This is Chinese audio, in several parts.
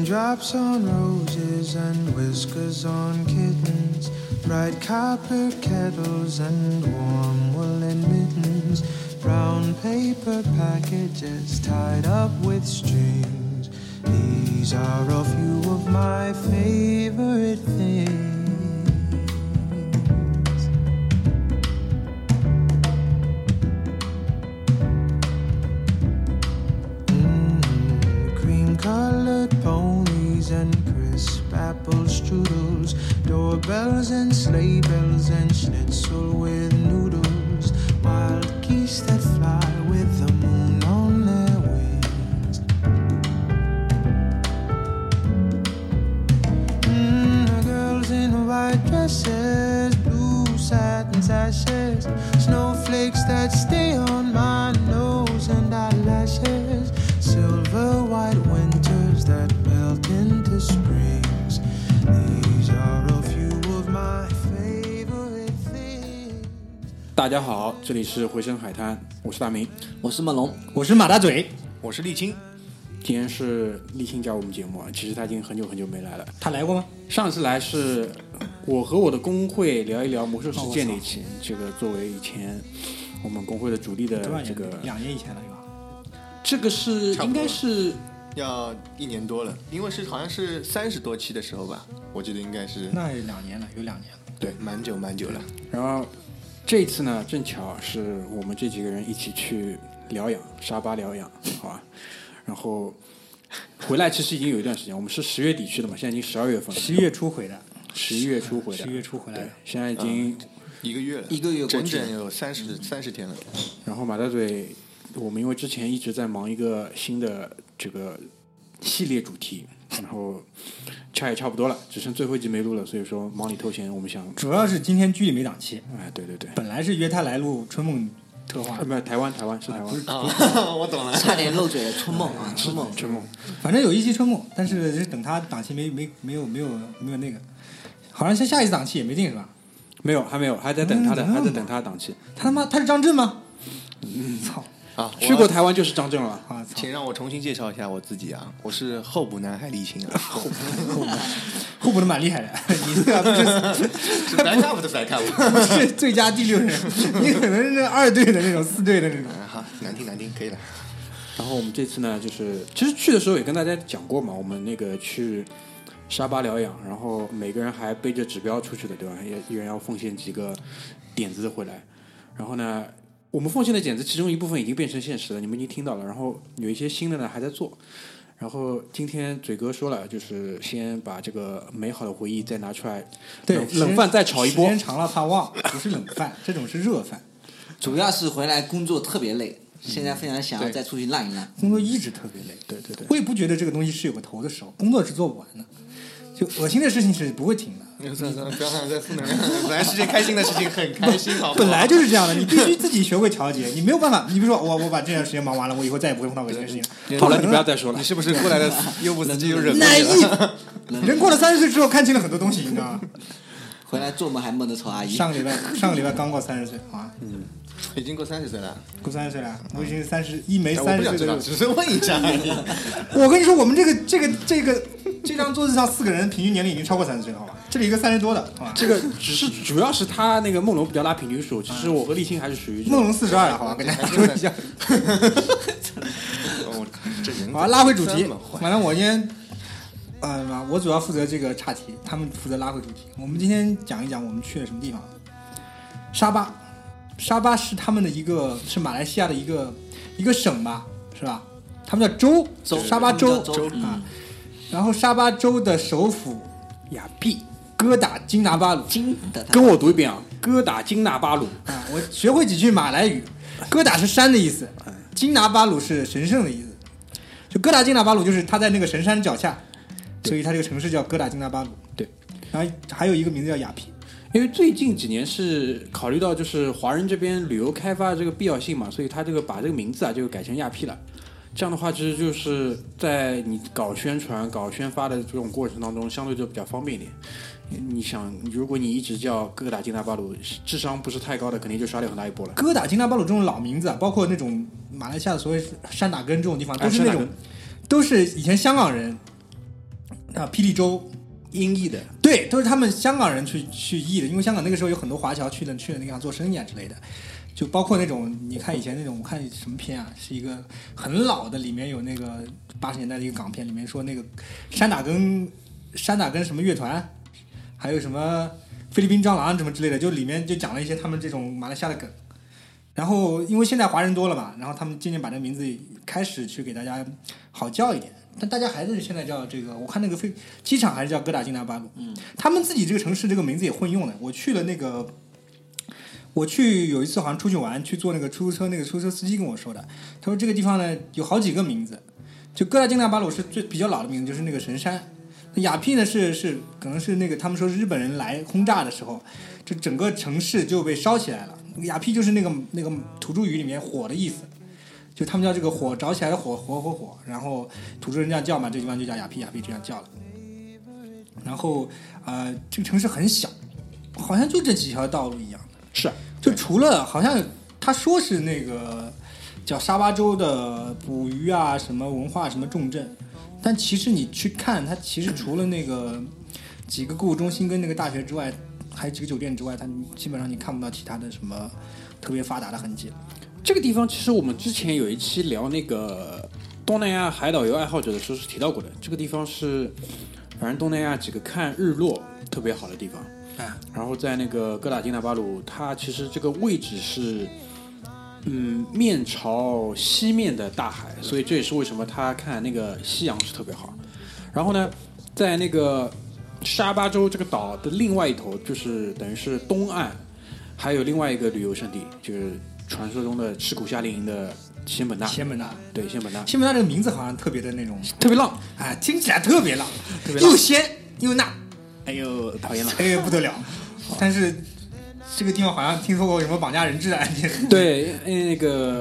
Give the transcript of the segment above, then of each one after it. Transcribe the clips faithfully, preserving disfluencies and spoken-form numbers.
Raindrops on roses and whiskers on kittens, bright copper kettles and warm woolen mittens, brown paper packages tied up with strings. These are a few of my favorite things. Colored ponies and crisp apple strudels, doorbells and sleigh bells and schnitzel with noodles, wild geese that fly with the moon on their wings. Mm, the girls in white dresses, blue satin sashes, snowflakes that stay on my nose and eyelashes, silver white winters that melt into springs. These are a few of my favorite things. 大家好，这里是回声海滩，我是大明， 我是梦龙， 我是马大嘴， 我是沥青。 今天是沥青加入我们节目，其实他已经很久很久没来了。 他来过吗？ 上次来是我和我的工会聊一聊魔兽世界那期，这个作为以前我们工会的主力的这个两年以前了是吧？ 这个是应该是要一年多了，因为是好像是三十多期的时候吧，我记得应该是。 那两年了，有两年了。 对， 蛮久蛮久了。 然后这一次呢，正巧是我们这几个人一起去疗养，沙巴疗养，好吧。然后回来其实已经有一段时间，我们是十月底去的嘛，现在已经十二月份了， 十一月初回的， 十一月初回的， 十一月初回来的， 现在已经、 嗯、一个月了， 一个月过去整整有三十三十天了。 然后马大嘴。我们因为之前一直在忙一个新的这个系列主题，然后差也差不多了，只剩最后一集没录了，所以说忙里偷闲，我们想主要是今天剧里没档期， 哎，对对对， 本来是约他来录春梦特化， 不是台湾台湾是台湾， 啊啊、我懂了， 差点漏嘴了，春梦啊，春梦春梦， 反正有一期春梦，但是等他档期没没没有没有没有那个，好像下一次档期也没定是吧？ 没有，还没有，还在等他的，嗯、还在等他的档期。 他他妈他是张震吗？嗯，操。 啊， 去过台湾就是张震了啊！ 请让我重新介绍一下我自己啊，我是候补男孩沥青啊， 候补男，候补的蛮厉害的，你这个不是是白看不是白看不， 不是最佳第六人，你可能是二队的那种，四队的那种。 啊、好，难听难听，可以了。 然后我们这次呢，就是其实去的时候也跟大家讲过嘛，我们那个去沙巴疗养，然后每个人还背着指标出去的，对吧？也一人要奉献几个点子回来，然后呢。我们奉献的点子，其中一部分已经变成现实了，你们已经听到了。然后有一些新的呢还在做。然后今天嘴哥说了，就是先把这个美好的回忆再拿出来， 对， 冷饭再炒一波。 时间长了怕忘，不是冷饭，这种是热饭。 主要是回来工作特别累，现在非常想要再出去浪一浪。 工作一直特别累， 对对对。 我也不觉得这个东西是有个头的时候，工作是做不完的。就恶心的事情是不会停的。 不要想再负能量，本来是件开心的事情，很开心，好不好？ 本来就是这样的，你必须自己学会调节，你没有办法。你比如说，我我把这段时间忙完了，我以后再也不会碰到恶心的事情。 好了，你不要再说了。 你是不是过来的又不死机又忍不耐抑？人过了三十岁之后，看清了很多东西，你知道吗？ 回来做梦还梦得丑阿姨。 上个礼拜，上个礼拜刚过三十岁，好啊。 嗯。已经过三十岁了， 过三十岁了，我已经三十一枚三十岁的肉， 只是问一下而已。 我跟你说，我们这个这个这个这张桌子上四个人平均年龄已经超过三十岁了，好吧？这里一个三十多的，好吧？ 这个只是主要是他那个梦龙比较拉平均数，其实我和沥青还是属于梦龙四十二了，好吧？跟大家说一下。好，拉回主题，反正我今天，呃，我主要负责这个岔题，他们负责拉回主题。我们今天讲一讲我们去了什么地方。沙巴。沙巴是他们的一个，是马来西亚的一个一个省吧，是吧？他们叫州， 州沙巴州州啊。嗯、然后沙巴州的首府雅碧，哥打金纳巴鲁。 金跟我读一遍啊，哥打金纳巴鲁啊！我学会几句马来语，哥打是山的意思，金纳巴鲁是神圣的意思。就哥打金纳巴鲁就是他在那个神山脚下，所以他这个城市叫哥打金纳巴鲁。 对， 然后还有一个名字叫雅碧。 因为最近几年是考虑到就是华人这边旅游开发这个必要性嘛，所以他这个把这个名字啊就改成亚庇了。这样的话，其实就是在你搞宣传、搞宣发的这种过程当中，相对就比较方便一点。你想，如果你一直叫哥打金纳巴鲁，智商不是太高的，肯定就刷掉很大一波了。 哥打金纳巴鲁这种老名字啊，包括那种马来西亚的所谓山打根这种地方，都是那种，都是以前香港人啊，霹雳州音译的， 对，都是他们香港人去去译的，因为香港那个时候有很多华侨去了去了那个地方做生意啊之类的，就包括那种你看以前那种我看什么片啊，是一个很老的，里面有那个八十年代的一个港片，里面说那个山打根山打根什么乐团，还有什么菲律宾蟑螂什么之类的，就里面就讲了一些他们这种马来西亚的梗。然后因为现在华人多了嘛，然后他们渐渐把这个名字开始去给大家好叫一点，但大家还是现在叫这个，我看那个飞机场还是叫哥打金纳巴鲁，嗯，他们自己这个城市这个名字也混用的。我去了那个，我去有一次好像出去玩，去坐那个出租车，那个出租车司机跟我说的，他说这个地方呢有好几个名字，就哥打金纳巴鲁是最比较老的名字，就是那个神山。雅痞呢是是可能是那个他们说日本人来轰炸的时候，就整个城市就被烧起来了。雅痞就是那个那个土著语里面火的意思，就他们叫这个火着起来的火火火火，然后土著人这样叫嘛，这地方就叫雅痞雅痞这样叫了。然后呃，这个城市很小，好像就这几条道路一样的， 是， 就除了好像他说是那个叫沙巴州的捕鱼啊什么文化什么重镇，但其实你去看它，其实除了那个几个购物中心跟那个大学之外，还有几个酒店之外，它基本上你看不到其他的什么特别发达的痕迹。 这个地方其实我们之前有一期聊那个东南亚海岛游爱好者的时候是提到过的，这个地方是反正东南亚几个看日落特别好的地方。 哎， 然后在那个哥打金纳巴鲁，它其实这个位置是嗯面朝西面的大海，所以这也是为什么它看那个夕阳是特别好。然后呢，在那个沙巴州这个岛的另外一头，就是等于是东岸，还有另外一个旅游胜地，就是传说中的吃苦夏令营的仙本那。 仙本那， 对，仙本那。 仙本那这个名字好像特别的那种， 特别浪， 哎，听起来特别浪， 特别浪又仙又辣， 哎呦，讨厌了， 哎不得了。但是这个地方好像听说过什么绑架人质的案件。 对，那个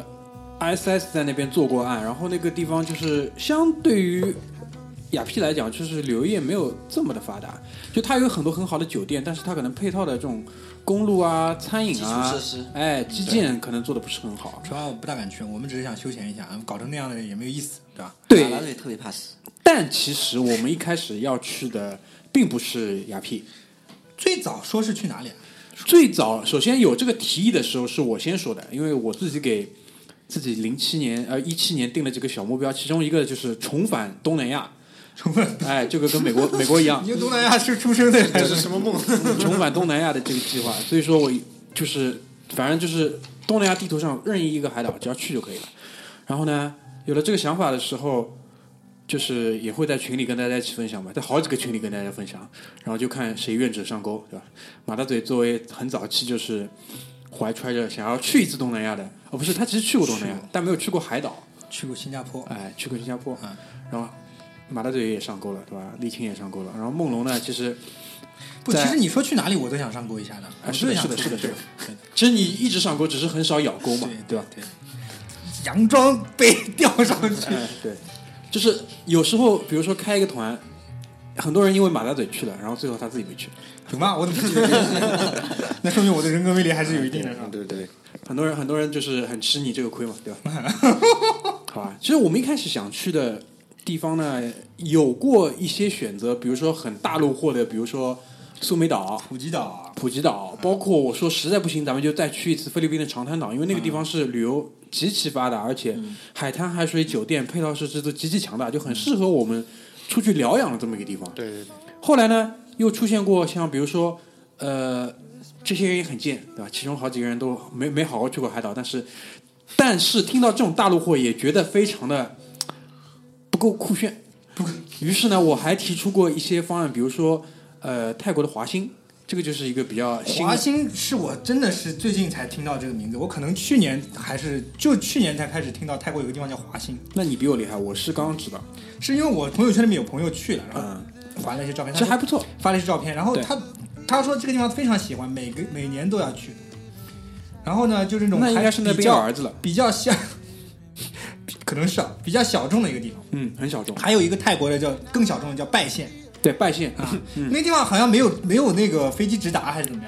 S S 在那边做过案，然后那个地方就是相对于雅痞来讲，就是旅游业没有这么的发达，就它有很多很好的酒店，但是它可能配套的这种公路啊、餐饮啊、 基础设施， 哎，基建可能做的不是很好。 主要我不大敢去，我们只是想休闲一下，搞成那样的也没有意思，对吧？ 对， 马拉队特别怕死。 但其实我们一开始要去的并不是雅痞， 最早说是去哪里啊？ 最早首先有这个提议的时候是我先说的，因为我自己给自己零七年呃一七年定了几个小目标，其中一个就是重返东南亚。 重返， 哎，这个跟美国美国一样。 你东南亚是出生的还这是什么梦？ 重返东南亚的这个计划，所以说我就是反正就是东南亚地图上任意一个海岛，只要去就可以了。然后呢，有了这个想法的时候，就是也会在群里跟大家一起分享嘛，在好几个群里跟大家分享，然后就看谁愿者上钩，对吧？马大嘴作为很早期就是怀揣着想要去一次东南亚的，哦不是，他其实去过东南亚，但没有去过海岛， 去过新加坡， 哎，去过新加坡， 嗯， 然后马大嘴也上钩了，对吧？沥青也上钩了，然后梦龙呢，其实不，其实你说去哪里我都想上钩一下的， 啊，是的，是的，是的，是的。其实你一直上钩，只是很少咬钩嘛， 对吧？ 对，佯装被吊上去， 哎，对，就是有时候，比如说开一个团，很多人因为马大嘴去了，然后最后他自己没去， 有吗？我怎么记得？那说明我的人格魅力还是有一定的，是吧？ 对对， 很多人很多人就是很吃你这个亏嘛，对吧？好吧，其实我们一开始想去的地方呢，有过一些选择，比如说很大陆货的，比如说苏梅岛、 普吉岛、 普吉岛，包括我说实在不行，咱们就再去一次菲律宾的长滩岛，因为那个地方是旅游极其发达，而且海滩、海水、酒店配套设施都极其强大，就很适合我们出去疗养的这么一个地方。 对对对。 后来呢，又出现过像比如说，呃，这些人也很贱，对吧？其中好几个人都没没好好去过海岛，但是但是听到这种大陆货，也觉得非常的不够酷炫。不，于是呢，我还提出过一些方案，比如说，呃，泰国的华欣，这个就是一个比较新的。 华欣是我真的是最近才听到这个名字，我可能去年还是就去年才开始听到泰国有个地方叫华欣。 那你比我厉害，我是刚刚知道， 是因为我朋友圈里面有朋友去了，然后发了一些照片， 其实还不错， 发了一些照片，然后他他说这个地方非常喜欢，每个每年都要去。然后呢，就这种那应该是那边有儿子了， 比较像。可能是啊，比较小众的一个地方， 嗯，很小众。 还有一个泰国的叫更小众的叫拜县， 对，拜县啊，嗯、那个地方好像没有没有那个飞机直达还是怎么样的，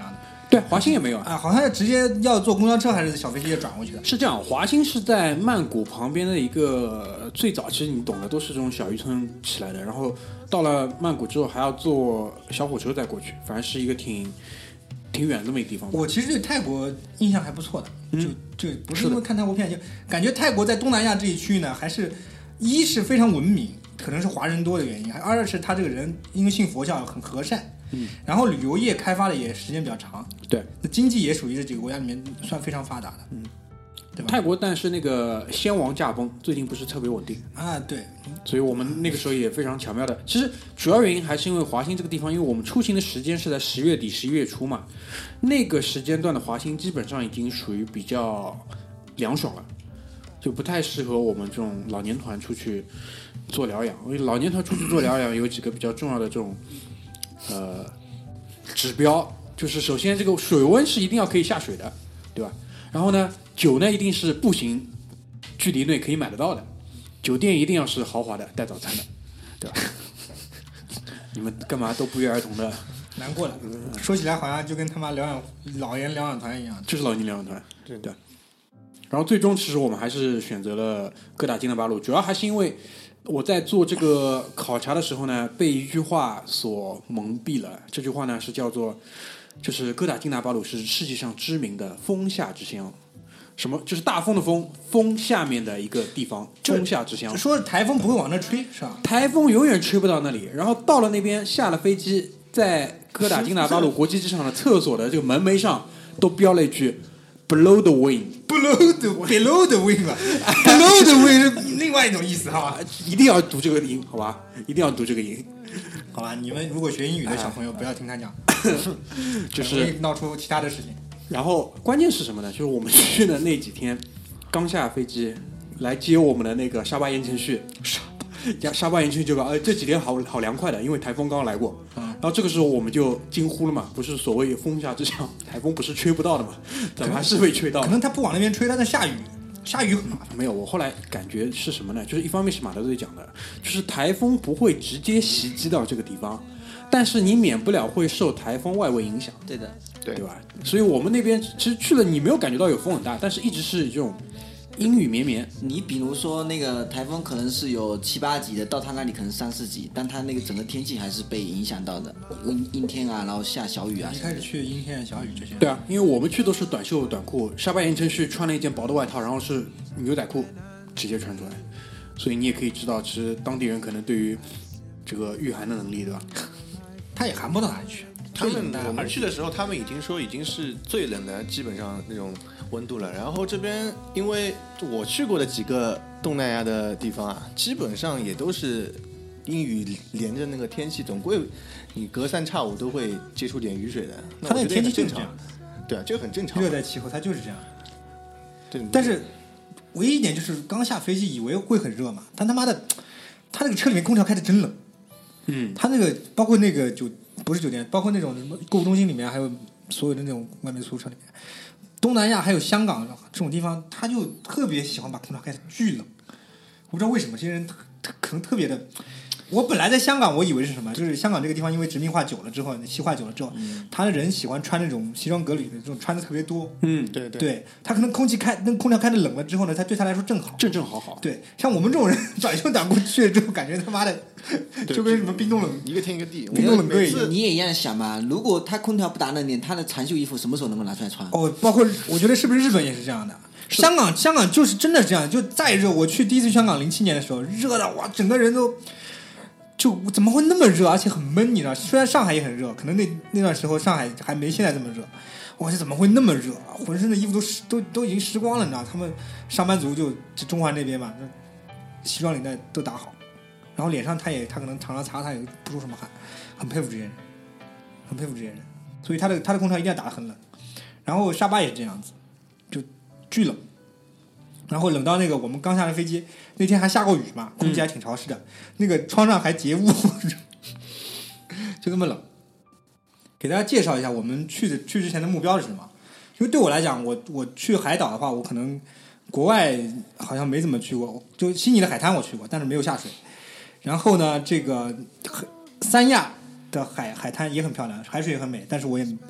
对，华兴也没有啊，好像直接要坐公交车还是小飞机转过去的。 是这样，华兴是在曼谷旁边的一个最早，其实你懂的，都是这种小渔村起来的。然后到了曼谷之后，还要坐小火车再过去，反正是一个挺挺远的这么一个地方。 我其实对泰国印象还不错的， 嗯、 就就不是因为看泰国片，就感觉泰国在东南亚这一区域呢，还是一是非常文明，可能是华人多的原因；二是他这个人因为信佛教很和善。嗯，然后旅游业开发的也时间比较长， 对， 那经济也属于这几个国家里面算非常发达的， 嗯， 对吧？ 泰国但是那个先王驾崩，最近不是特别稳定啊，对， 所以我们那个时候也非常巧妙的，其实主要原因还是因为华兴这个地方，因为我们出行的时间是在十月底、十一月初嘛，那个时间段的华兴基本上已经属于比较凉爽了，就不太适合我们这种老年团出去做疗养，因为老年团出去做疗养有几个比较重要的这种。呃，指标就是首先这个水温是一定要可以下水的，对吧？然后呢，酒呢一定是步行距离内可以买得到的，酒店一定要是豪华的带早餐的，对吧？你们干嘛都不约而同的？ 难过了，说起来好像就跟他妈疗养老年疗养团一样， 就是老年疗养团，对对。然后最终其实我们还是选择了哥打金纳巴鲁，主要还是因为。我在做这个考察的时候呢，被一句话所蒙蔽了。这句话呢是叫做，就是哥打金纳巴鲁是世界上知名的风下之乡。什么？就是大风的风，风下面的一个地方，风下之乡。 说台风不会往那吹，是吧？ 台风永远吹不到那里。然后到了那边，下了飞机，在哥打金纳巴鲁国际机场的厕所的这个门楣上都标了一句。Below the wing，below the below the wing 吧 ，below the wing 是另外一种意思，好吧？ 一定要读这个音，好吧？一定要读这个音， 好吧？你们如果学英语的小朋友，不要听他讲， 就是会闹出其他的事情。 然后关键是什么呢？就是我们去的那几天，刚下飞机来接我们的那个沙巴言承旭，沙沙巴言承旭就说：“呃，这几天好好凉快的，因为台风刚刚来过。”然后这个时候我们就惊呼了嘛，不是所谓风下之乡，台风不是吹不到的嘛，怎么还是会吹到？ 可能他不往那边吹，他在下雨，下雨很麻烦。 没有，我后来感觉是什么呢？就是一方面是马德队讲的，就是台风不会直接袭击到这个地方，但是你免不了会受台风外围影响。 对的， 对对吧？所以我们那边其实去了，你没有感觉到有风很大，但是一直是这种。阴雨绵绵， 你比如说那个台风可能是有七八级的，到他那里可能三四级，但他那个整个天气还是被影响到的，阴阴天啊，然后下小雨啊。 一开始去阴天小雨这些。 对啊，因为我们去都是短袖短裤，沙巴言承旭穿了一件薄的外套，然后是牛仔裤直接穿出来，所以你也可以知道，其实当地人可能对于这个御寒的能力，对吧？ 他也寒不到哪里去。 他们我们去的时候，他们已经说已经是最冷的，基本上那种温度了。然后这边，因为我去过的几个东南亚的地方啊，基本上也都是阴雨连着那个天气，总归你隔三差五都会接触点雨水的。 它那个天气就是这样， 对啊，这个很正常。 热带气候它就是这样。 对， 但是唯一一点就是刚下飞机以为会很热嘛，但他妈的，他那个车里面空调开的真冷。 嗯， 他那个包括那个酒不是酒店，包括那种什么购物中心里面，还有所有的那种外面宿舍里面，东南亚还有香港这种地方，他就特别喜欢把空调开的巨冷。我不知道为什么这些人特可能特别的。我本来在香港，我以为是什么，就是香港这个地方因为殖民化久了之后，西化久了之后，嗯、他的人喜欢穿那种西装革履的，这种穿的特别多。 嗯， 对对。 对他可能空气开，那空调开的冷了之后呢，他对他来说正好， 正正好好。 对，像我们这种人短袖短裤去了之后，感觉他妈的就跟什么冰冻冷一个天一个地， 冰冻冷柜一样。 你也一样想嘛，如果他空调不打冷点，他的长袖衣服什么时候能够拿出来穿？ 哦，包括我觉得是不是日本也是这样的？香港香港就是真的这样，就再热，我去第一次香港零七年的时候，热的哇，整个人都。就怎么会那么热，而且很闷，你知道？虽然上海也很热，可能那那段时候上海还没现在这么热。哇，这怎么会那么热？浑身的衣服都湿，都都已经湿光了，你知道？他们上班族就中环那边嘛，西装领带都打好，然后脸上他也他可能常常擦，他也不出什么汗，很佩服这些人，很佩服这些人。所以他的他的空调一定要打得很冷。然后沙巴也是这样子，就巨冷。然后冷到那个我们刚下了飞机，那天还下过雨嘛，空气还挺潮湿的，嗯、那个窗上还结雾，就那么冷。给大家介绍一下我们去的去之前的目标是什么？因为对我来讲，我我去海岛的话，我可能国外好像没怎么去过，就悉尼的海滩我去过，但是没有下水。然后呢，这个三亚的海海滩也很漂亮，海水也很美，但是我也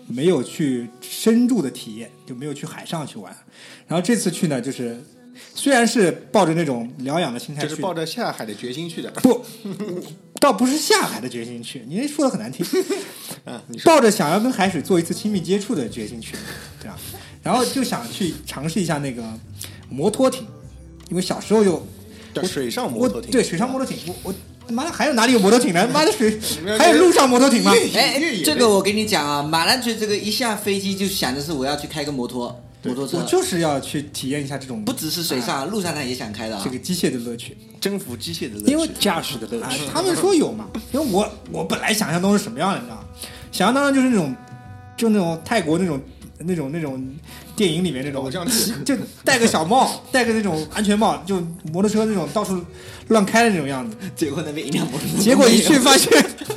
没有去深入的体验，就没有去海上去玩。然后这次去呢，就是虽然是抱着那种疗养的心态去， 就是抱着下海的决心去的。 不，倒不是下海的决心去，你说的很难听。 啊，你说抱着想要跟海水做一次亲密接触的决心去，对吧？然后就想去尝试一下那个摩托艇，因为小时候就叫水上摩托艇， 对，水上摩托艇，我我妈的还有哪里有摩托艇呢？妈的水还有陆上摩托艇吗？ 哎，这个我跟你讲啊，马兰嘴这个一下飞机就想的是我要去开个摩托摩托车， 我就是要去体验一下这种， 不只是水上，路上他也想开的啊。 这个机械的乐趣， 征服机械的乐趣， 因为驾驶的乐啊趣。 他们说有嘛？因为我我本来想象中是什么样的，你知道吗？想象当中就是那种，就那种泰国那种那种那种电影里面那种，就戴个小帽，戴个那种安全帽，就摩托车那种到处乱开的那种样子。 结果那边一辆摩托车， 结果一去发现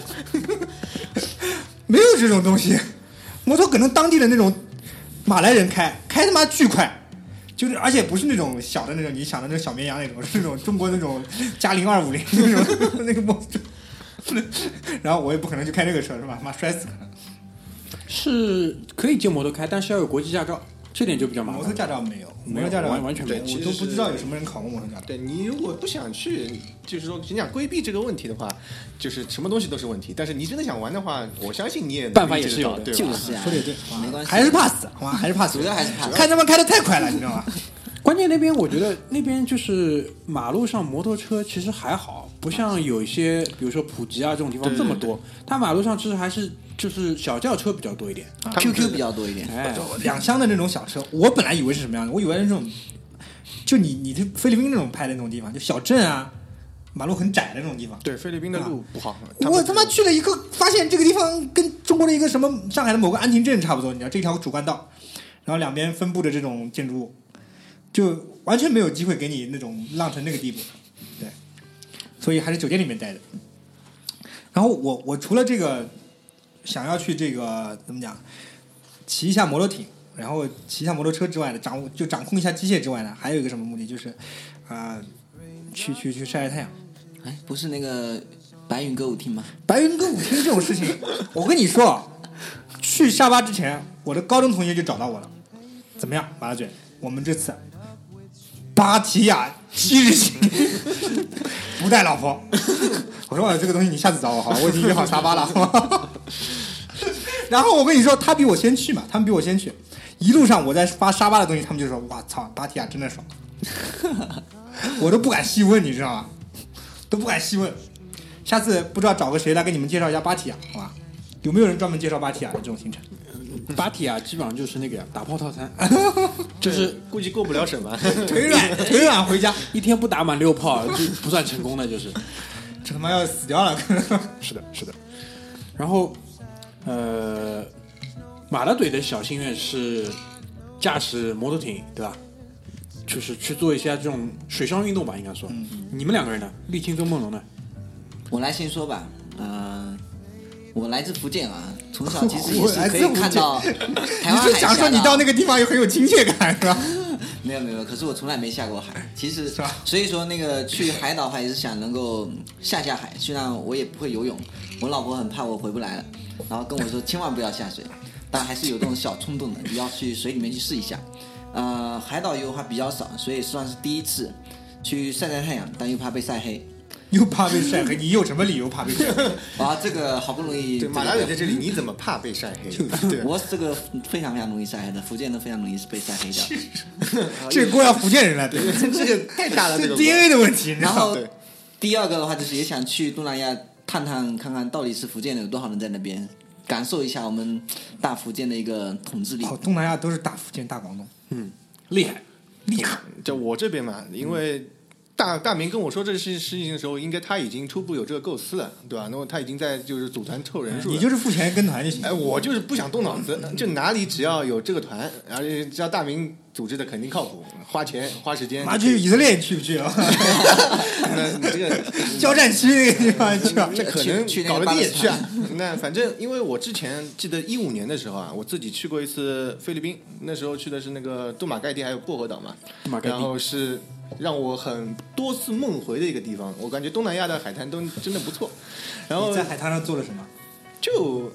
没有这种东西，摩托可能当地的那种马来人开，开他妈巨快。就是，而且不是那种小的那种，你想的那种小绵羊那种，是那种中国那种嘉陵二五零那种那个摩托车。然后我也不可能去开这个车是吧？妈摔死可能。 是可以借摩托开，但是要有国际驾照，这点就比较麻烦。 摩托驾照没有， 没有摩托驾照完完全没有， 我都不知道有什么人考过摩托驾照。 对，你如果不想去，就是说你想规避这个问题的话，就是什么东西都是问题。但是你真的想玩的话，我相信你也办法也是有的， 对吧？ 就是啊， 说的也对， 没关系， 还是怕死，好吧，还是怕死， 主要还是怕死看他们开的太快了，你知道吗？ 关键那边我觉得那边就是马路上摩托车其实还好，不像有一些比如说普吉啊这种地方这么多，它马路上其实还是就是小轿车比较多一点， 啊 Q Q 比较多一点。 哎， 两厢的那种小车，我本来以为是什么样的，我以为是那种，就你你这菲律宾那种拍的那种地方，就小镇啊，马路很窄的那种地方。 对，菲律宾的路不好。 我他妈去了一个，发现这个地方跟中国的一个什么上海的某个安亭镇差不多，你知道这条主干道，然后两边分布着这种建筑物，就完全没有机会给你那种浪成那个地步，对，所以还是酒店里面待的。然后我我除了这个想要去这个怎么讲，骑一下摩托艇，然后骑一下摩托车之外的掌握就掌控一下机械之外呢，还有一个什么目的就是啊、呃，去去去晒晒太阳。 哎，不是那个白云歌舞厅吗？ 白云歌舞厅这种事情，我跟你说，去沙巴之前，我的高中同学就找到我了。怎么样，马大嘴？我们这次芭提雅七日行，不带老婆。我说这个东西你下次找我好，我已经约好沙巴了。好吗？然后我跟你说，他比我先去嘛，他们比我先去。一路上我在发沙巴的东西，他们就说：“哇操，芭提雅真的爽。”我都不敢细问，你知道吗？都不敢细问。下次不知道找个谁来给你们介绍一下芭提雅，好吧？有没有人专门介绍芭提雅的这种行程？ 芭提雅基本上就是那个呀，打炮套餐，就是估计过不了审吧。 腿软腿软回家， 一天不打满六炮就不算成功的，就是这他妈要死掉了。 是的，是的。然后，呃，马大嘴的小心愿是驾驶摩托艇，对吧？就是去做一下这种水上运动吧，应该说。嗯、你们两个人呢？沥青跟梦龙呢？ 我来先说吧，呃，我来自福建啊，从小其实也是可以看到台湾海峡的。 你是讲说你到那个地方也很有亲切感是吧？ 没有没有，可是我从来没下过海。其实，所以说那个去海岛的话，也是想能够下下海。虽然我也不会游泳，我老婆很怕我回不来了，然后跟我说千万不要下水，但还是有这种小冲动的，要去水里面去试一下。呃，海岛游的话比较少，所以算是第一次去晒晒太阳，但又怕被晒黑。 又怕被晒黑，你有什么理由怕被晒黑？ 啊，这个好不容易， 对，马大嘴在这里，你怎么怕被晒黑？对， 我这个非常非常容易晒黑的，福建都非常容易被晒黑掉。 这个锅要福建人来对， 这个太大了，这个 D N A 的问题。 然后第二个的话，就是也想去东南亚探探看看，到底是福建的有多少人在那边，感受一下我们大福建的一个统治力。 哦，东南亚都是大福建、大广东， 嗯，厉害， 厉害。 就我这边嘛，因为大大明跟我说这事事情的时候，应该他已经初步有这个构思了，对吧？那么他已经在就是组团凑人数了。 你就是付钱跟团就行。 哎，我就是不想动脑子，就哪里只要有这个团，而且只要大明组织的肯定靠谱，花钱花时间。 妈去以色列你去不去啊？ 那你这个交战区那个地方去啊？ 这可能去搞了你也去啊？那反正因为我之前记得一五年的时候啊，我自己去过一次菲律宾，那时候去的是那个杜马盖地还有薄荷岛嘛，然后是让我很多次梦回的一个地方。我感觉东南亚的海滩都真的不错。然后你在海滩上做了什么？ 就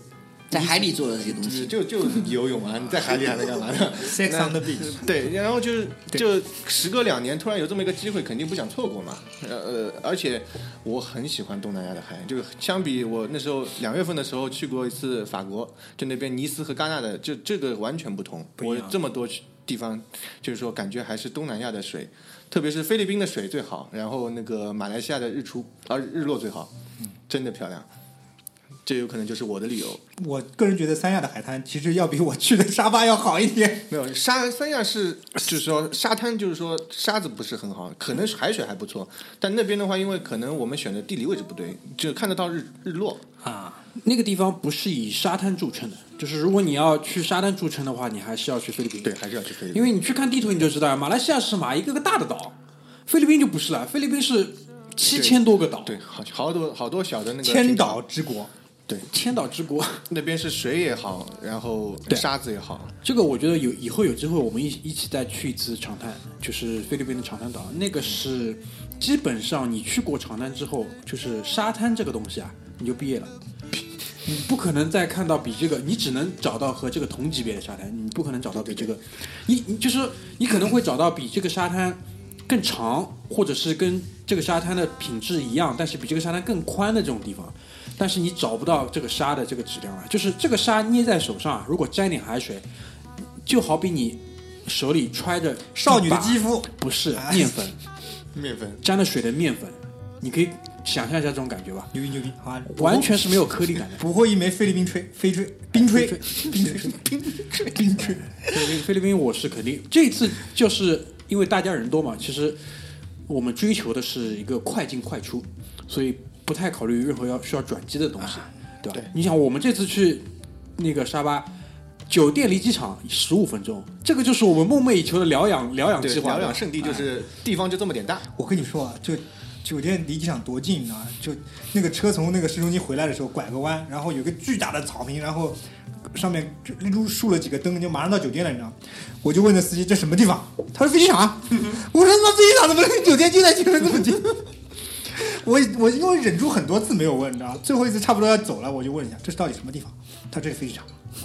在海里做的这些东西， 就就游泳啊！你在海里还能干嘛呢 ？Sex on the beach。 对，然后就是就时隔两年，突然有这么一个机会，肯定不想错过嘛。呃，而且我很喜欢东南亚的海，就相比我那时候两月份的时候去过一次法国，就那边尼斯和戛纳的，就这个完全不同。我这么多地方，就是说感觉还是东南亚的水，特别是菲律宾的水最好，然后那个马来西亚的日出啊日落最好，真的漂亮。这有可能就是我的理由。 我个人觉得三亚的海滩其实要比我去的沙巴要好一点。 没有沙三亚是，就是说沙滩，就是说沙子不是很好，可能海水还不错，但那边的话，因为可能我们选的地理位置不对，就看得到日日落啊。那个地方不是以沙滩著称的，就是如果你要去沙滩著称的话，你还是要去菲律宾。 对，还是要去菲律宾， 因为你去看地图你就知道，马来西亚是嘛一个个大的岛，菲律宾就不是了，菲律宾是七千多个岛， 对，好好多好多小的那个千岛之国。 对， 千岛之国那边是水也好，然后沙子也好。 这个我觉得有以后有机会我们一一起再去一次长滩，就是菲律宾的长滩岛，那个是基本上你去过长滩之后，就是沙滩这个东西啊，你就毕业了。你不可能再看到比这个，你只能找到和这个同级别的沙滩，你不可能找到比这个，你你就是你可能会找到比这个沙滩更长，或者是跟这个沙滩的品质一样，但是比这个沙滩更宽的这种地方。但是你找不到这个沙的这个质量啊，就是这个沙捏在手上，如果沾点海水，就好比你手里揣着少女的肌肤， 不是面粉， 面粉沾了水的面粉，你可以想象一下这种感觉吧？ 牛逼牛逼，好， 完全是没有颗粒感的。 捕获一枚菲律宾吹飞吹冰吹冰吹冰吹冰吹。 菲律宾菲律宾我是肯定这一次就是因为大家人多嘛，其实我们追求的是一个快进快出，所以不太考虑任何要需要转机的东西，对吧？ 对， 你想我们这次去那个沙巴，酒店离机场十五分钟，这个就是我们梦寐以求的疗养疗养计划。 疗养圣地就是地方就这么点大。 我跟你说啊，就酒店离机场多近，你知道吗？就那个车从那个市中心回来的时候，拐个弯，然后有个巨大的草坪，然后上面竖了几个灯，就马上到酒店了，你知道吗？我就问那司机这什么地方？他说飞机场啊。我说他妈飞机场怎么跟酒店就在前面这么近？我我因为忍住很多次没有问，你知道吗？最后一次差不多要走了，我就问一下，这是到底什么地方？他这是飞机场，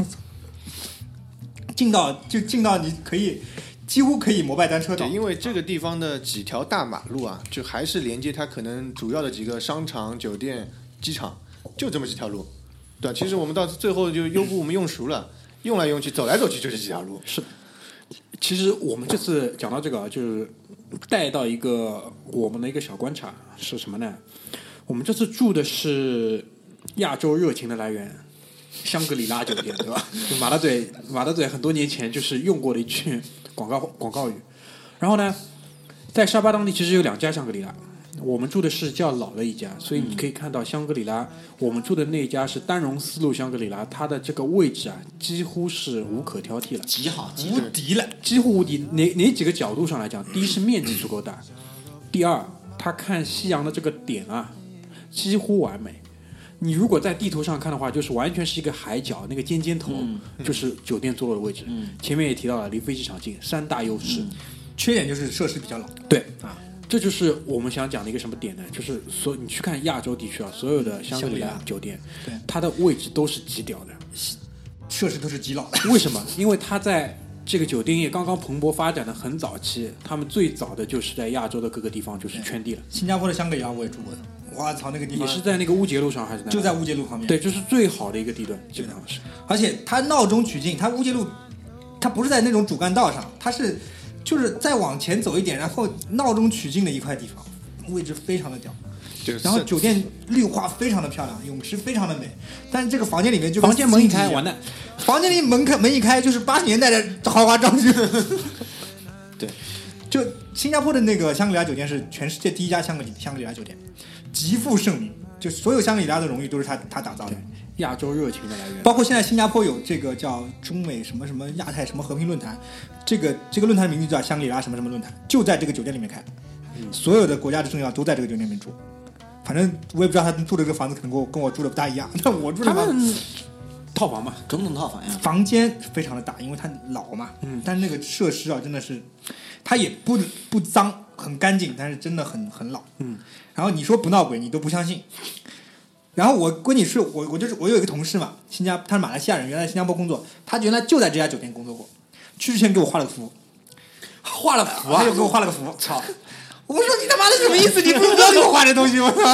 近到就近到你可以几乎可以摩拜单车道。 对，因为这个地方的几条大马路啊，就还是连接它可能主要的几个商场、酒店、机场，就这么几条路。对，其实我们到最后就优步我们用熟了，用来用去走来走去就这几条路。 是，其实我们这次讲到这个，就是带到一个我们的一个小观察是什么呢？我们这次住的是亚洲热情的来源香格里拉酒店，对吧？就马大嘴马大嘴很多年前就是用过的一句广告广告语。然后呢，在沙巴当地其实有两家香格里拉，我们住的是较老的一家，所以你可以看到香格里拉，我们住的那家是丹绒丝路香格里拉，它的这个位置啊，几乎是无可挑剔了， 极好，极无敌了， 几乎无敌。哪哪几个角度上来讲，第一是面积足够大，第二，它看夕阳的这个点啊，几乎完美。你如果在地图上看的话，就是完全是一个海角，那个尖尖头、嗯、就是酒店坐落的位置、嗯。前面也提到了，离飞机场近，三大优势、嗯。 缺点就是设施比较老。 对啊。这就是我们想讲的一个什么点呢？就是所你去看亚洲地区啊，所有的香格里拉酒店， 对它的位置都是极屌的， 设施都是极老的。 为什么？因为它在这个酒店业刚刚蓬勃发展的很早期，他们最早的就是在亚洲的各个地方就是圈地了。 新加坡的香格里拉我也住过的，我操，那个地方也是在那个乌节路上还是在？ 就在乌节路旁边。 对，就是最好的一个地段，基本上是。 而且它闹中取静，它乌节路，它不是在那种主干道上，它是。就是再往前走一点，然后闹中取静的一块地方，位置非常的屌。然后酒店绿化非常的漂亮，泳池非常的美，但是这个房间里面就房间门一开完蛋， 房间里门开门一开就是八十年代的豪华装修。 对， 就新加坡的那个香格里拉酒店是全世界第一家香格里香格里拉酒店，极负盛名，就所有香格里拉的荣誉都是他他打造的。 亚洲热情的来源， 包括现在新加坡有这个叫中美什么什么亚太什么和平论坛，这个这个论坛的名字叫香格里拉什么什么论坛，就在这个酒店里面开，嗯、所有的国家的政要都在这个酒店里面住。反正我也不知道他住的这个房子可能跟我跟我住的不大一样，但我住的房子套房嘛， 总统套房呀， 房间非常的大，因为它老嘛，嗯，但是那个设施啊真的是，它也不不脏，很干净，但是真的很很老，嗯。然后你说不闹鬼，你都不相信。 然后我闺女是我我就是我有一个同事嘛，新加他是马来西亚人，原来在新加坡工作，他原来就在这家酒店工作过，去之前给我画了个符， 画了符啊， 他又给我画了个符，操！我说你他妈的什么意思？你不要给我画这东西，我操！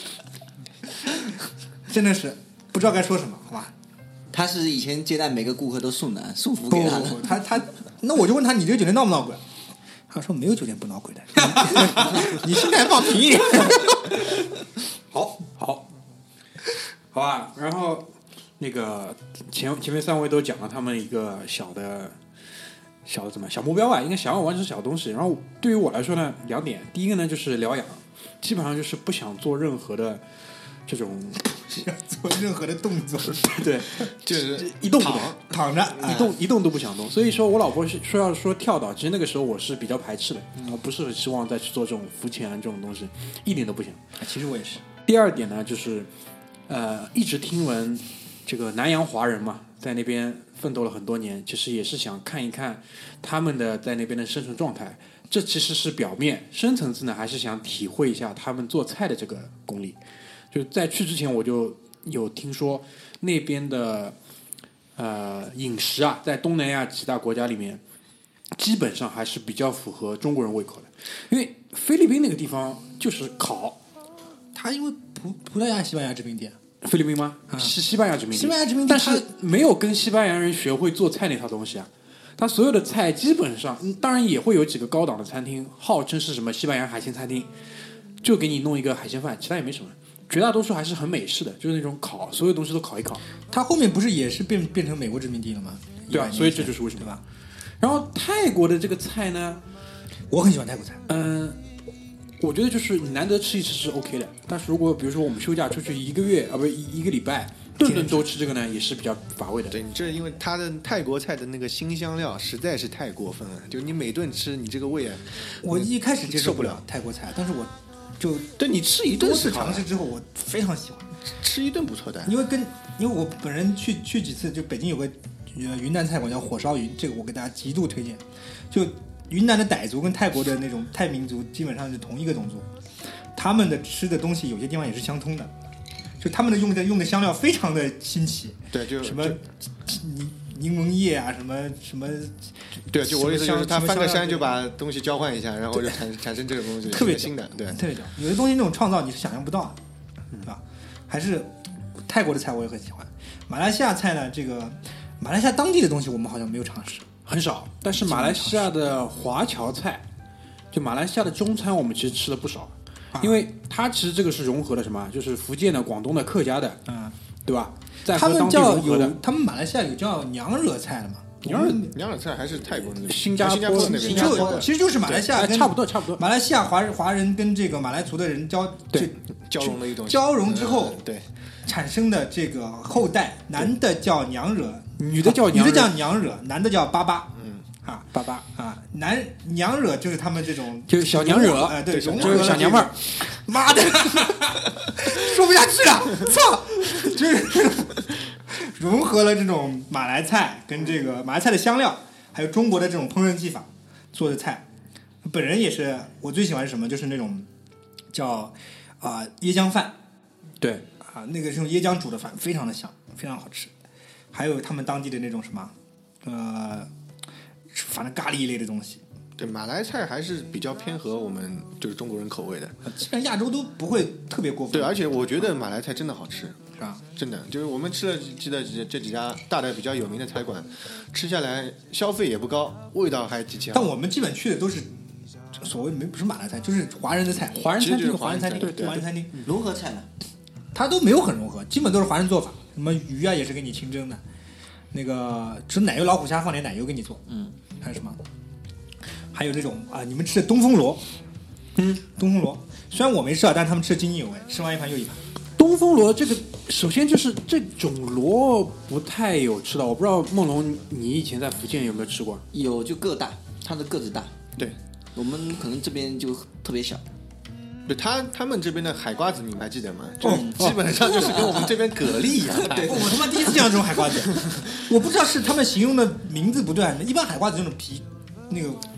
真的是不知道该说什么，好吧？ 他是以前接待每个顾客都送的，送符给他的。 不不不，他他，那我就问他，你这个酒店闹不闹鬼？他说没有酒店不闹鬼的，你心态放平一点。 好，好，好吧。然后那个前前面三位都讲了他们一个小的、小的怎么小目标吧，应该想要完成小东西。然后对于我来说呢，两点，第一个呢就是疗养，基本上就是不想做任何的这种做任何的动作， 对， 就是一动不动， 躺着一动一动都不想动。所以说我老婆是说要说跳岛，其实那个时候我是比较排斥的，我不是很希望再去做这种浮潜啊这种东西，一点都不想。 其实我也是。 第二点呢，就是呃，一直听闻这个南洋华人嘛，在那边奋斗了很多年，其实也是想看一看他们的在那边的生存状态。这其实是表面，深层次呢还是想体会一下他们做菜的这个功力。就在去之前我就有听说那边的呃饮食啊，在东南亚几大国家里面，基本上还是比较符合中国人胃口的。因为菲律宾那个地方就是烤。 他因为葡葡萄牙、西班牙殖民地， 菲律宾吗？ 啊、 是西班牙殖民地。 西班牙殖民地， 但是没有跟西班牙人学会做菜那套东西啊。他所有的菜基本上，当然也会有几个高档的餐厅，号称是什么西班牙海鲜餐厅，就给你弄一个海鲜饭，其他也没什么。绝大多数还是很美式的，就是那种烤，所有东西都烤一烤。 他后面不是也是变变成美国殖民地了吗？ 对啊，所以这就是为什么， 对吧？ 然后泰国的这个菜呢， 我很喜欢泰国菜， 嗯、呃。我觉得就是你难得吃一次是 OK 的，但是如果比如说我们休假出去一个月啊，不是一个礼拜，顿顿都吃这个呢，也是比较乏味的。 对，你这因为它的泰国菜的那个辛香料实在是太过分了，就你每顿吃，你这个胃啊， 我一开始接受不了了泰国菜，但是我就对你吃一顿多次尝试之后，我非常喜欢吃一顿不错的， 因为跟因为我本人去去几次，就北京有个呃云南菜馆叫火烧云，这个我给大家极度推荐，就。云南的傣族跟泰国的那种泰民族基本上是同一个种族，他们的吃的东西有些地方也是相通的，就他们的用的用的香料非常的新奇， 对，就什么柠柠檬叶啊，什么什么， 对，就我意思就是他翻个山就把东西交换一下，然后就产产生这个东西， 特别新的，对， 特别屌。有的东西那种创造你是想象不到的，对吧？还是泰国的菜我也很喜欢，马来西亚菜呢，这个马来西亚当地的东西我们好像没有尝试。 很少，但是马来西亚的华侨菜，就马来西亚的中餐，我们其实吃了不少，啊、因为它其实这个是融合了什么，就是福建的、广东的、客家的， 嗯， 对吧？在他们叫有，他们马来西亚有叫娘惹菜的嘛？ 娘惹娘惹菜还是泰国那个？ 新加坡那边， 新加坡其实就是马来西亚跟差不多，差不多。 马来西亚华人华人跟这个马来族的人交对交融的一种交融之后， 嗯、对产生的这个后代，男的叫娘惹。 女的叫娘女的叫娘惹，男的叫巴巴， 嗯啊， 巴巴啊，男娘惹就是他们这种， 就是小娘惹， 哎、呃，对， 就是小娘们儿。 妈的，说不下去了，操！就是融合了这种马来菜跟这个马来菜的香料，还有中国的这种烹饪技法做的菜。本人也是，我最喜欢是什么？就是那种叫啊、呃、椰浆饭， 对啊，那个是用椰浆煮的饭，非常的香，非常好吃。还有他们当地的那种什么，呃，反正咖喱一类的东西。 对，马来菜还是比较偏合我们就是中国人口味的， 基本上亚洲都不会特别过分。 对，而且我觉得马来菜真的好吃， 是吧？ 真的，就是我们吃了记得这几家大的比较有名的菜馆，吃下来消费也不高，味道还极其好。 但我们基本去的都是所谓没不是马来菜，就是华人的菜， 华人餐厅， 华人餐厅， 对对， 华人餐厅融合菜嘛， 它都没有很融合，基本都是华人做法。什么鱼啊也是给你清蒸的，那个吃奶油老虎虾放点奶油给你做， 嗯， 还有什么？还有这种啊，你们吃的东风螺，嗯，东风螺，虽然我没吃啊，但是他们吃的津津有味，吃完一盘又一盘。 东风螺这个，首先就是这种螺不太有吃到，我不知道梦龙你以前在福建有没有吃过？ 有，就个大，它的个子大， 对， 我们可能这边就特别小。 对他他们这边的海瓜子你们还记得吗？就基本上就是跟我们这边蛤蜊一样。 对，我他妈第一次见到这种海瓜子，我不知道是他们形容的名字不对，一般海瓜子这种皮那个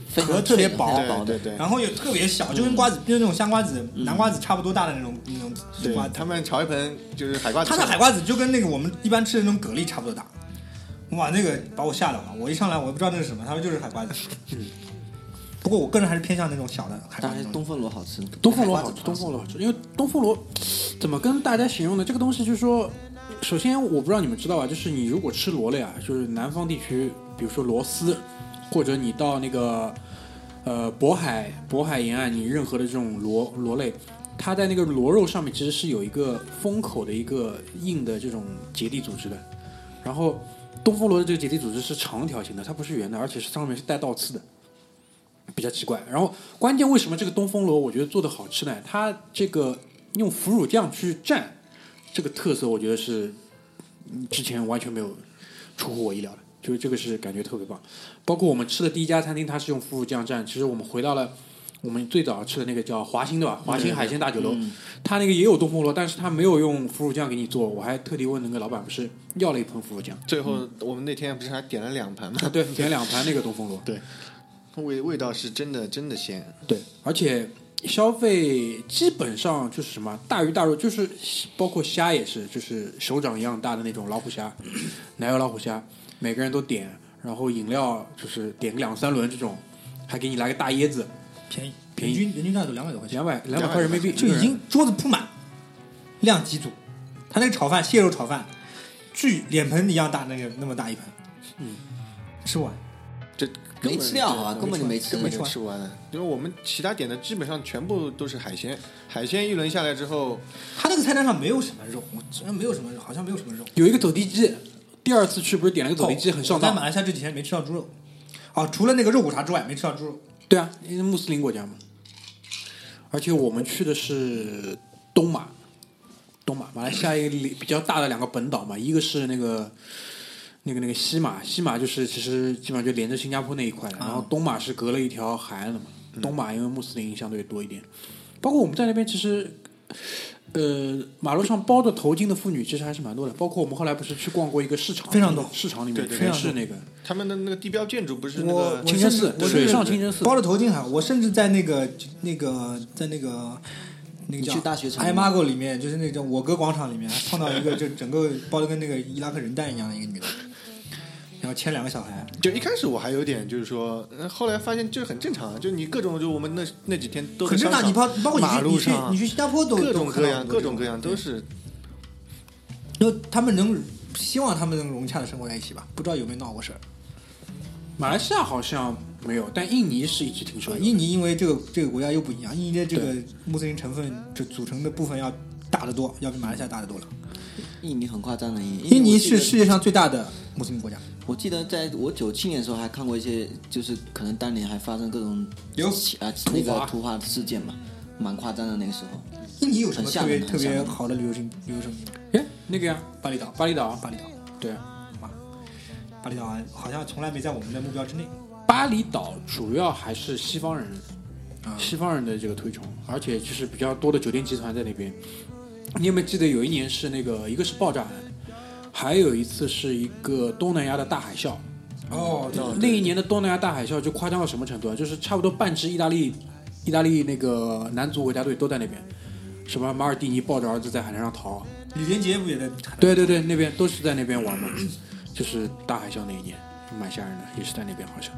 非常壳特别薄， 脆的对对对， 然后又特别小，就跟瓜子，就那种香瓜子、 嗯南瓜子差不多大的那种那种对瓜子。 他们炒一盆就是海瓜子， 它的海瓜子就跟那个我们一般吃的那种蛤蜊差不多大。哇，那个把我吓到了！我一上来我也不知道那是什么，他说就是海瓜子。嗯。不过我个人还是偏向那种小的海瓜子。 但还是东风螺好吃， 东风螺好吃，东风螺好吃，因为东风螺怎么跟大家形容呢？这个东西就是说，首先我不知道你们知道吧，就是你如果吃螺类啊，就是南方地区，比如说螺丝，或者你到那个呃渤海渤海沿岸，你任何的这种螺螺类，它在那个螺肉上面其实是有一个封口的一个硬的这种结缔组织的，然后东风螺的这个结缔组织是长条形的，它不是圆的，而且是上面是带倒刺的。比较奇怪，然后关键为什么这个东风螺我觉得做的好吃呢？它这个用腐乳酱去蘸，这个特色我觉得是之前完全没有出乎我意料的，就是这个是感觉特别棒。包括我们吃的第一家餐厅，它是用腐乳酱蘸，其实我们回到了我们最早吃的那个叫华兴对吧？华兴海鲜大酒楼， 嗯、 它那个也有东风螺，但是它没有用腐乳酱给你做，我还特地问那个老板，不是要了一盆腐乳酱。 最后我们那天不是还点了两盘吗？ 啊，对，点了两盘那个东风螺， 对。味味道是真的真的鲜， 对，而且消费基本上就是什么大鱼大肉，就是包括虾也是，就是手掌一样大的那种老虎虾，奶油老虎虾，每个人都点，然后饮料就是点个两三轮这种，还给你来个大椰子， 便宜， 便宜， 人均人均价都两百多块钱， 两百两百块人民币就已经桌子铺满，量几组，他那个炒饭蟹肉炒饭，巨脸盆一样大，那个那么大一盆， 嗯， 吃不完。 这没吃掉啊，根本就没吃， 根本就吃完了。因为我们其他点的基本上全部都是海鲜，海鲜一轮下来之后， 他那个菜单上没有什么肉，我真没有什么肉，好像没有什么肉。 有一个走地鸡，第二次去不是点了个走地鸡，很上当。 在马来西亚这几天没吃到猪肉，哦，除了那个肉骨茶之外，没吃到猪肉。 对啊，因为穆斯林国家嘛。而且我们去的是东马，东马，马来西亚一个比较大的两个本岛嘛，一个是那个。那个那个西马，西马就是其实基本上就连着新加坡那一块的，然后东马是隔了一条海岸的嘛。嗯、东马因为穆斯林相对多一点，包括我们在那边其实，呃，马路上包着头巾的妇女其实还是蛮多的。包括我们后来不是去逛过一个市场， 非常多， 市场里面全是那个他们的那个地标建筑不是那个清真寺，水上清真寺， 包着头巾还，我甚至在那个那个在那个。那个叫大学城 iMago 里面，就是那种我哥广场里面，碰到一个就整个包的跟那个伊拉克人蛋一样的一个女的，然后牵两个小孩。 就一开始我还有点就是说，后来发现就很正常，就你各种就我们那那几天都很正常，你包包括你马路上， 你去新加坡都各种各样各种各样都是， 就他们能希望他们能融洽的生活在一起吧，不知道有没有闹过事儿。 马来西亚好像没有，但印尼是一直挺少。 印尼因为这个这个国家又不一样，印尼的这个穆斯林成分就组成的部分要大得多，要比马来西亚大得多了。 印尼很夸张的， 印尼是世界上最大的穆斯林国家。 我记得在我九七年的时候还看过一些，就是可能当年还发生各种有啊那个突发事件嘛，蛮夸张的那个时候。 印尼有什么特别特别好的旅游景旅游胜地？ 哎，那个呀， 巴厘岛， 巴厘岛， 巴厘岛， 对啊。 巴厘岛好像从来没在我们的目标之内。 巴厘岛主要还是西方人， 啊、 西方人的这个推崇，而且就是比较多的酒店集团在那边。你有没有记得有一年是那个一个是爆炸案，还有一次是一个东南亚的大海啸。 哦， 那一年的东南亚大海啸就夸张到什么程度啊？就是差不多半支意大利，意大利那个男足国家队都在那边。什么马尔蒂尼抱着儿子在海滩上逃， 李连杰不也在？ 对对对，那边都是在那边玩嘛。就是大海啸那一年，蛮吓人的，也是在那边好像。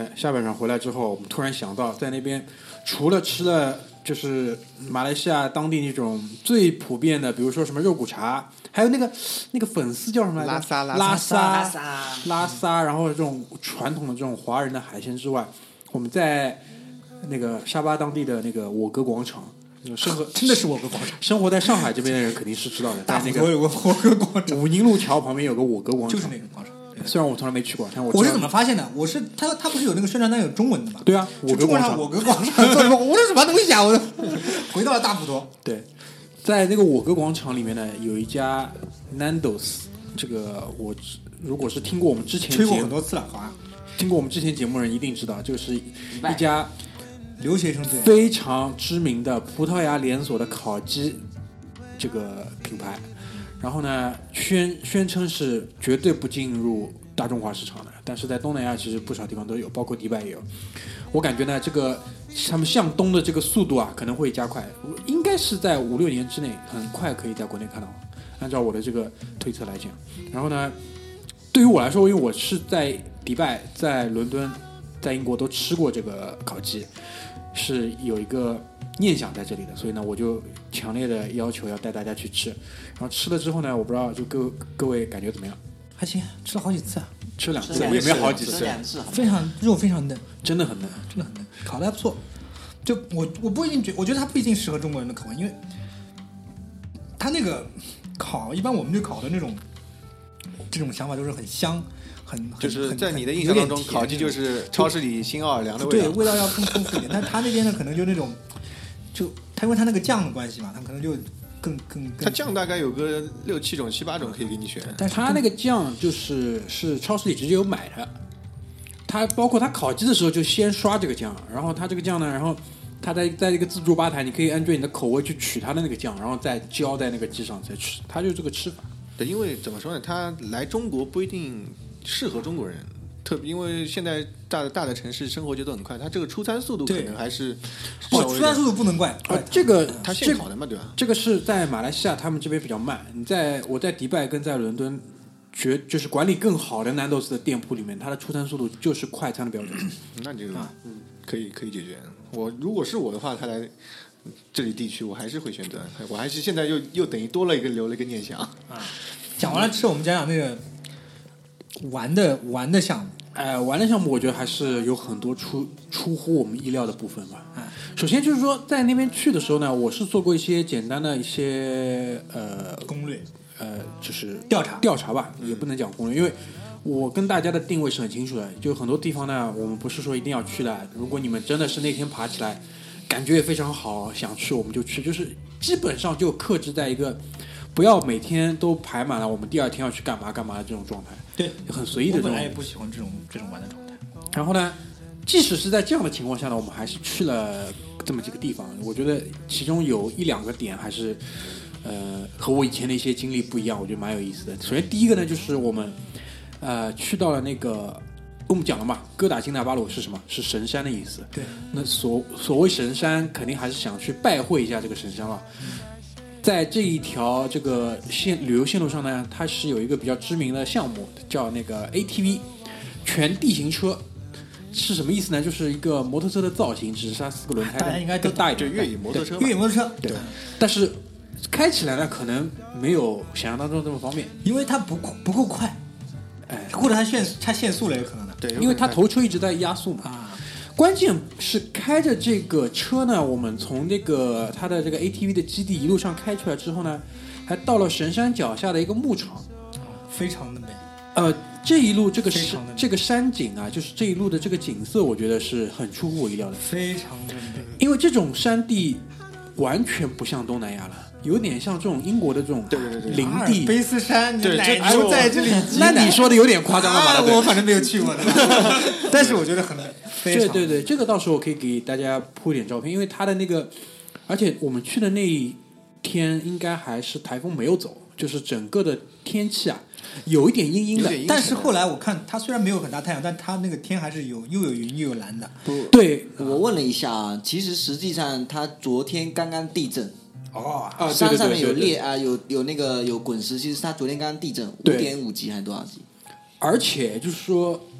哎，下半场回来之后，我们突然想到，在那边除了吃了就是马来西亚当地那种最普遍的，比如说什么肉骨茶，还有那个那个粉丝叫什么来着？ 拉沙拉拉沙沙拉沙，然后这种传统的这种华人的海鲜之外，我们在那个沙巴当地的那个我格广场。生活真的是我格广场， 生活在上海这边的人肯定是知道的。 大在那个埔头有个我格广场， 武宁路桥旁边有个我格广场， 就是那个广场。 虽然我从来没去过，但我我是怎么发现的？我是他他不是有那个宣传单有中文的吗？ 对啊，我格广场， 我格广场，我这什么东西啊？我回到了大埔头。 对，在那个我格广场里面呢，有一家 Nando's， 这个我如果是听过我们之前吹过很多次了，好啊， 听过我们之前节目的人一定知道，这个是一家留学生队非常知名的葡萄牙连锁的烤鸡这个品牌。然后呢，宣宣称是绝对不进入大中华市场的，但是在东南亚其实不少地方都有，包括迪拜也有。我感觉呢，这个他们向东的这个速度啊，可能会加快，应该是在五六年之内，很快可以在国内看到。按照我的这个推测来讲，然后呢，对于我来说，因为我是在迪拜、在伦敦、在英国都吃过这个烤鸡，是有一个念想在这里的，所以呢，我就强烈的要求要带大家去吃。然后吃了之后呢，我不知道就各各位感觉怎么样？ 还行，吃了好几次啊， 吃两次吃两次也没有好几吃次， 两次， 非常肉非常嫩， 真的很嫩。 真的很嫩，烤的还不错。就我我不一定觉，我觉得它不一定适合中国人的口味，因为它那个烤，一般我们对烤的那种这种想法都是很香，很很就是在你的印有点象当中， 甜烤鸡就是超市里新奥尔良的味对， 道。 味道要更丰富一点。但是它那边呢，可能就那种，就它因为它那个酱的关系嘛，它可能就更更更。 它酱大概有个六七种、七八种可以给你选。 但是它那个酱就是是超市里直接有买的，它包括它烤鸡的时候就先刷这个酱，然后它这个酱呢，然后它在在一个自助吧台，你可以按照你的口味去取它的那个酱，然后再浇在那个鸡上再吃，它就这个吃法。 对，因为怎么说呢，它来中国不一定适合中国人，特别因为现在大的大的城市生活节奏很快，它这个出餐速度可能还是哦，出餐速度不能怪， 啊，这个它现烤的嘛，对吧？ 这个是在马来西亚他们这边比较慢。你在我在迪拜跟在伦敦，绝就是管理更好的 Nando's 的店铺里面，它的出餐速度就是快餐的标准。 那这个可以可以解决。我如果是我的话，他来这里地区，我还是会选择，我还是现在又又等于多了一个留了一个念想啊。讲完了吃，我们讲讲那个玩的玩的项目。 哎，玩的项目我觉得还是有很多出出乎我们意料的部分吧。首先就是说，在那边去的时候呢，我是做过一些简单的一些呃攻略， 呃，就是调查调查吧，也不能讲攻略，因为我跟大家的定位是很清楚的。就很多地方呢，我们不是说一定要去的。如果你们真的是那天爬起来，感觉也非常好，想去我们就去，就是基本上就克制在一个不要每天都排满了，我们第二天要去干嘛干嘛的这种状态。 对， 很随意的这种。 我本来也不喜欢这种这种玩的状态。 然后呢，即使是在这样的情况下呢，我们还是去了这么几个地方。我觉得其中有一两个点还是，呃，和我以前的一些经历不一样，我觉得蛮有意思的。首先第一个呢，就是我们，呃，去到了那个，我们讲了嘛，哥打金纳巴鲁是什么？是神山的意思。 对。 那所所谓神山，肯定还是想去拜会一下这个神山了。嗯，在这一条这个线旅游线路上呢，它是有一个比较知名的项目，叫那个 A T V 全地形车，是什么意思呢？就是一个摩托车的造型，只是它四个轮胎大家应该都更大一点， 就越野摩托车， 越野摩托车， 对。但是开起来呢，可能没有想象当中这么方便， 因为它不不够快， 哎， 或者它限它限速了有可能的， 对， 因为它头车一直在压速嘛。 啊。 关键是开着这个车呢，我们从那个它的这个 A T V 的基地一路上开出来之后呢，还到了神山脚下的一个牧场， 非常的美。 呃，这一路这个这个山景啊，就是这一路的这个景色，我觉得是很出乎我意料的， 非常的美。 因为这种山地完全不像东南亚了。有点像这种英国的这种林地， 卑斯山，你对， 奶牛在这里。 那你说的有点夸张了吧？ 啊、我反正没有去过的，但是我觉得很美。 对对对，这个到时候我可以给大家铺一点照片，因为它的那个，而且我们去的那一天应该还是台风没有走，就是整个的天气啊有一点阴阴的。 但是后来我看它虽然没有很大太阳，但它那个天还是有又有云又有蓝的。 对， 我问了一下啊，其实实际上它昨天刚刚地震。 哦， 啊， 山上面有裂啊，有有那个有滚石，其实它昨天刚刚地震，五点五级还是多少级？ 而且就是说，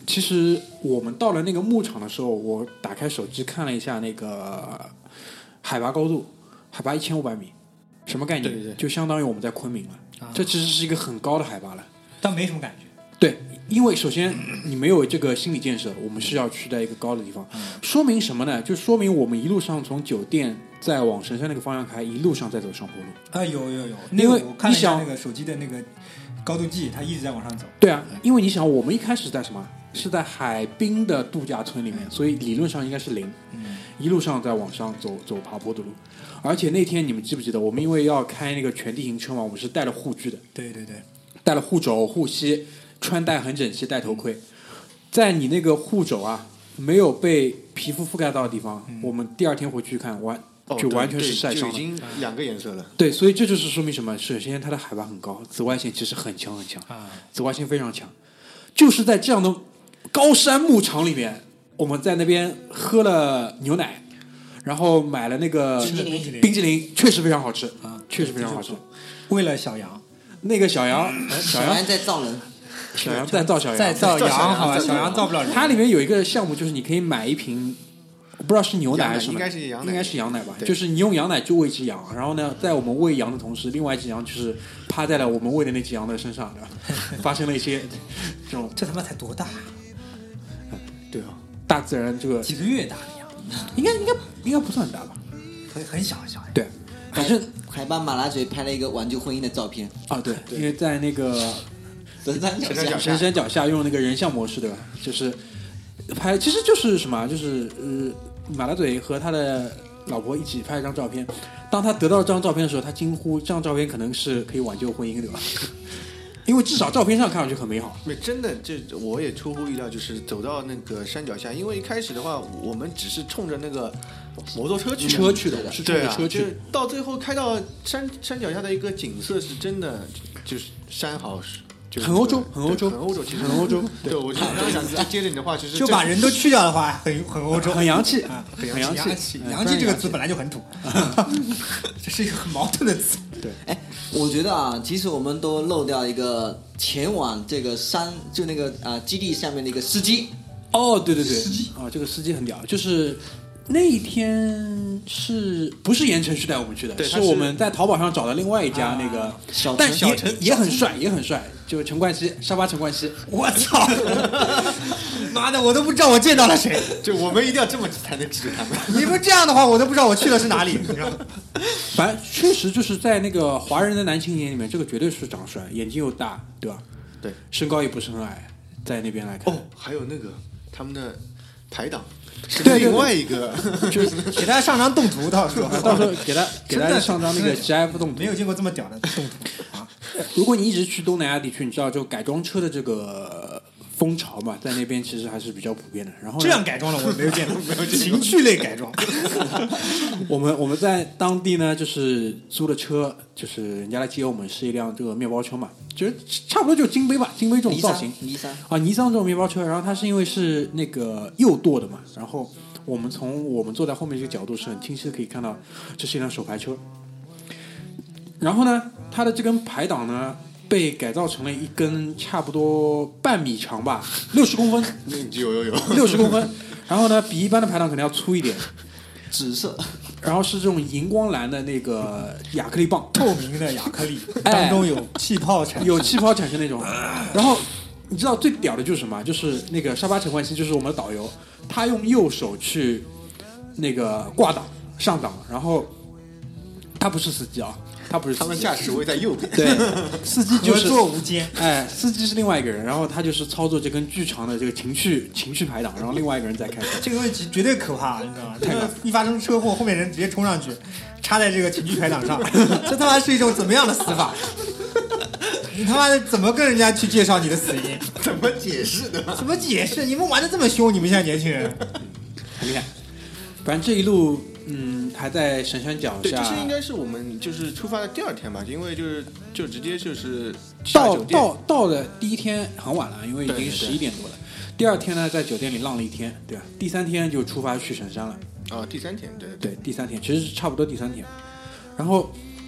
其实我们到了那个牧场的时候，我打开手机看了一下那个海拔高度，海拔一千五百米，什么概念？ 对对对就相当于我们在昆明了、啊。这其实是一个很高的海拔了， 但没什么感觉。 对，因为首先你没有这个心理建设，我们是要去在一个高的地方，嗯、说明什么呢？就说明我们一路上从酒店再往神山那个方向开，一路上在走上坡路。 啊，有有有， 因为我看了一下那个手机的那个高度计，它一直在往上走。 对啊，因为你想，我们一开始在什么？是在海滨的度假村里面，所以理论上应该是零。嗯，一路上在往上走走爬坡的路，而且那天你们记不记得，我们因为要开那个全地形车嘛，我们是带了护具的。 对对对，带了护肘、护膝，穿戴很整齐，戴头盔。在你那个护肘啊没有被皮肤覆盖到的地方，嗯、我们第二天回去看完。就完全是晒伤了， 就已经两个颜色了。 对，所以这就是说明什么？首先，它的海拔很高，紫外线其实很强很强，啊、紫外线非常强。就是在这样的高山牧场里面，我们在那边喝了牛奶，然后买了那个冰淇淋， 冰淇淋确实非常好吃啊，确实非常好吃。 为了小羊， 那个小羊，小羊在造人， 小羊在造小羊， 在造羊，好吧，小羊造不了人。 它里面有一个项目，就是你可以买一瓶。不知道是牛奶还是什么， 应该是羊奶， 应该是羊奶吧。就是你用羊奶去喂一只羊，然后呢，在我们喂羊的同时，另外一只羊就是趴在了我们喂的那只羊的身上，对吧？发生了一些这种。 这他妈才多大？ 对啊，大自然这个几个月大的羊， 应该应该应该不算大吧？ 很很小很小。 对，反正还帮马拉嘴拍了一个挽救婚姻的照片啊，对，因为在那个神山脚下， 神山脚下用那个人像模式，对吧？就是拍，其实就是什么，就是呃。马拉嘴和他的老婆一起拍一张照片，当他得到这张照片的时候，他惊呼：这张照片可能是可以挽救婚姻，对吧？因为至少照片上看上去很美好。 没真的，这我也出乎意料，就是走到那个山脚下，因为一开始的话，我们只是冲着那个摩托车去车去的，是冲着车去。 对啊，就到最后开到山山脚下的一个景色是真的，就是山好。 很欧洲，很欧洲， 很欧洲，其实很欧洲。 对，我就刚想接着你的话，其实就把人都去掉的话，很很欧洲， 很洋气啊， 很洋气。 洋气这个词本来就很土，这是一个很矛盾的词。 对， 哎，我觉得啊，其实我们都漏掉一个前往这个山，就那个啊、呃、基地下面的一个司机。 哦，对对对，司机啊，这个司机很屌，就是那一天是不是言承旭带我们去的？ 对， 是我们在淘宝上找的另外一家那个， 小但也也很帅，也很帅。就是陈冠希，沙巴陈冠希， 我操！妈的，我都不知道我见到了谁。 就我们一定要这么才能记住他们。 你们这样的话，我都不知道我去的是哪里。你知道吗？ 反正确实就是在那个华人的男青年里面，这个绝对是长帅，眼睛又大，对吧？ 对， 身高也不是很矮，在那边来看。 哦，还有那个他们的排档。是对另外一个， 就是给他上张动图，到时候到时候给他给他上张那个 G F 动图， 没有见过这么屌的动图啊！ 如果你一直去东南亚地区，你知道就改装车的这个风潮嘛，在那边其实还是比较普遍的。然后这样改装了我没有见过，没有情趣类改装。 我们我们在当地呢，就是租的车，就是人家来接我们是一辆这个面包车嘛。就是差不多就是金杯吧，金杯这种造型， 尼桑啊，尼桑这种面包车，然后它是因为是那个右舵的嘛，然后我们从我们坐在后面这个角度是很清晰的可以看到，这是一辆手排车。然后呢，它的这根排档呢被改造成了一根差不多半米长吧，六十公分， 有有有， 六十公分，然后呢比一般的排档可能要粗一点。 紫色， 然后是这种荧光蓝的那个亚克力棒， 透明的亚克力， 哎、 当中有气泡产生， 有气泡产生那种。然后你知道最屌的就是什么？就是那个沙巴陈冠希，就是我们的导游，他用右手去那个挂档上档，然后他不是司机啊，他不是司机， 他们驾驶位在右边， 对，司机就是合作无间， 哎，司机是另外一个人，然后他就是操作这根巨长的这个情绪情绪排档，然后另外一个人在开车。 这个问题绝对可怕，你知道吗？这个一发生车祸，后面人直接冲上去，插在这个情绪排档上，这他妈是一种怎么样的死法？你他妈的怎么跟人家去介绍你的死因？ 怎么解释的？ 怎么解释？你们玩的这么凶，你们现在年轻人， 很厉害。反正这一路，嗯，还在神山脚下。 对，这是应该是我们就是出发的第二天吧，因为就是就直接就是到到到的第一天很晚了，因为已经十一点多了。第二天呢，在酒店里浪了一天，对吧？第三天就出发去神山了。 啊，第三天，对对，第三天其实是差不多第三天。然后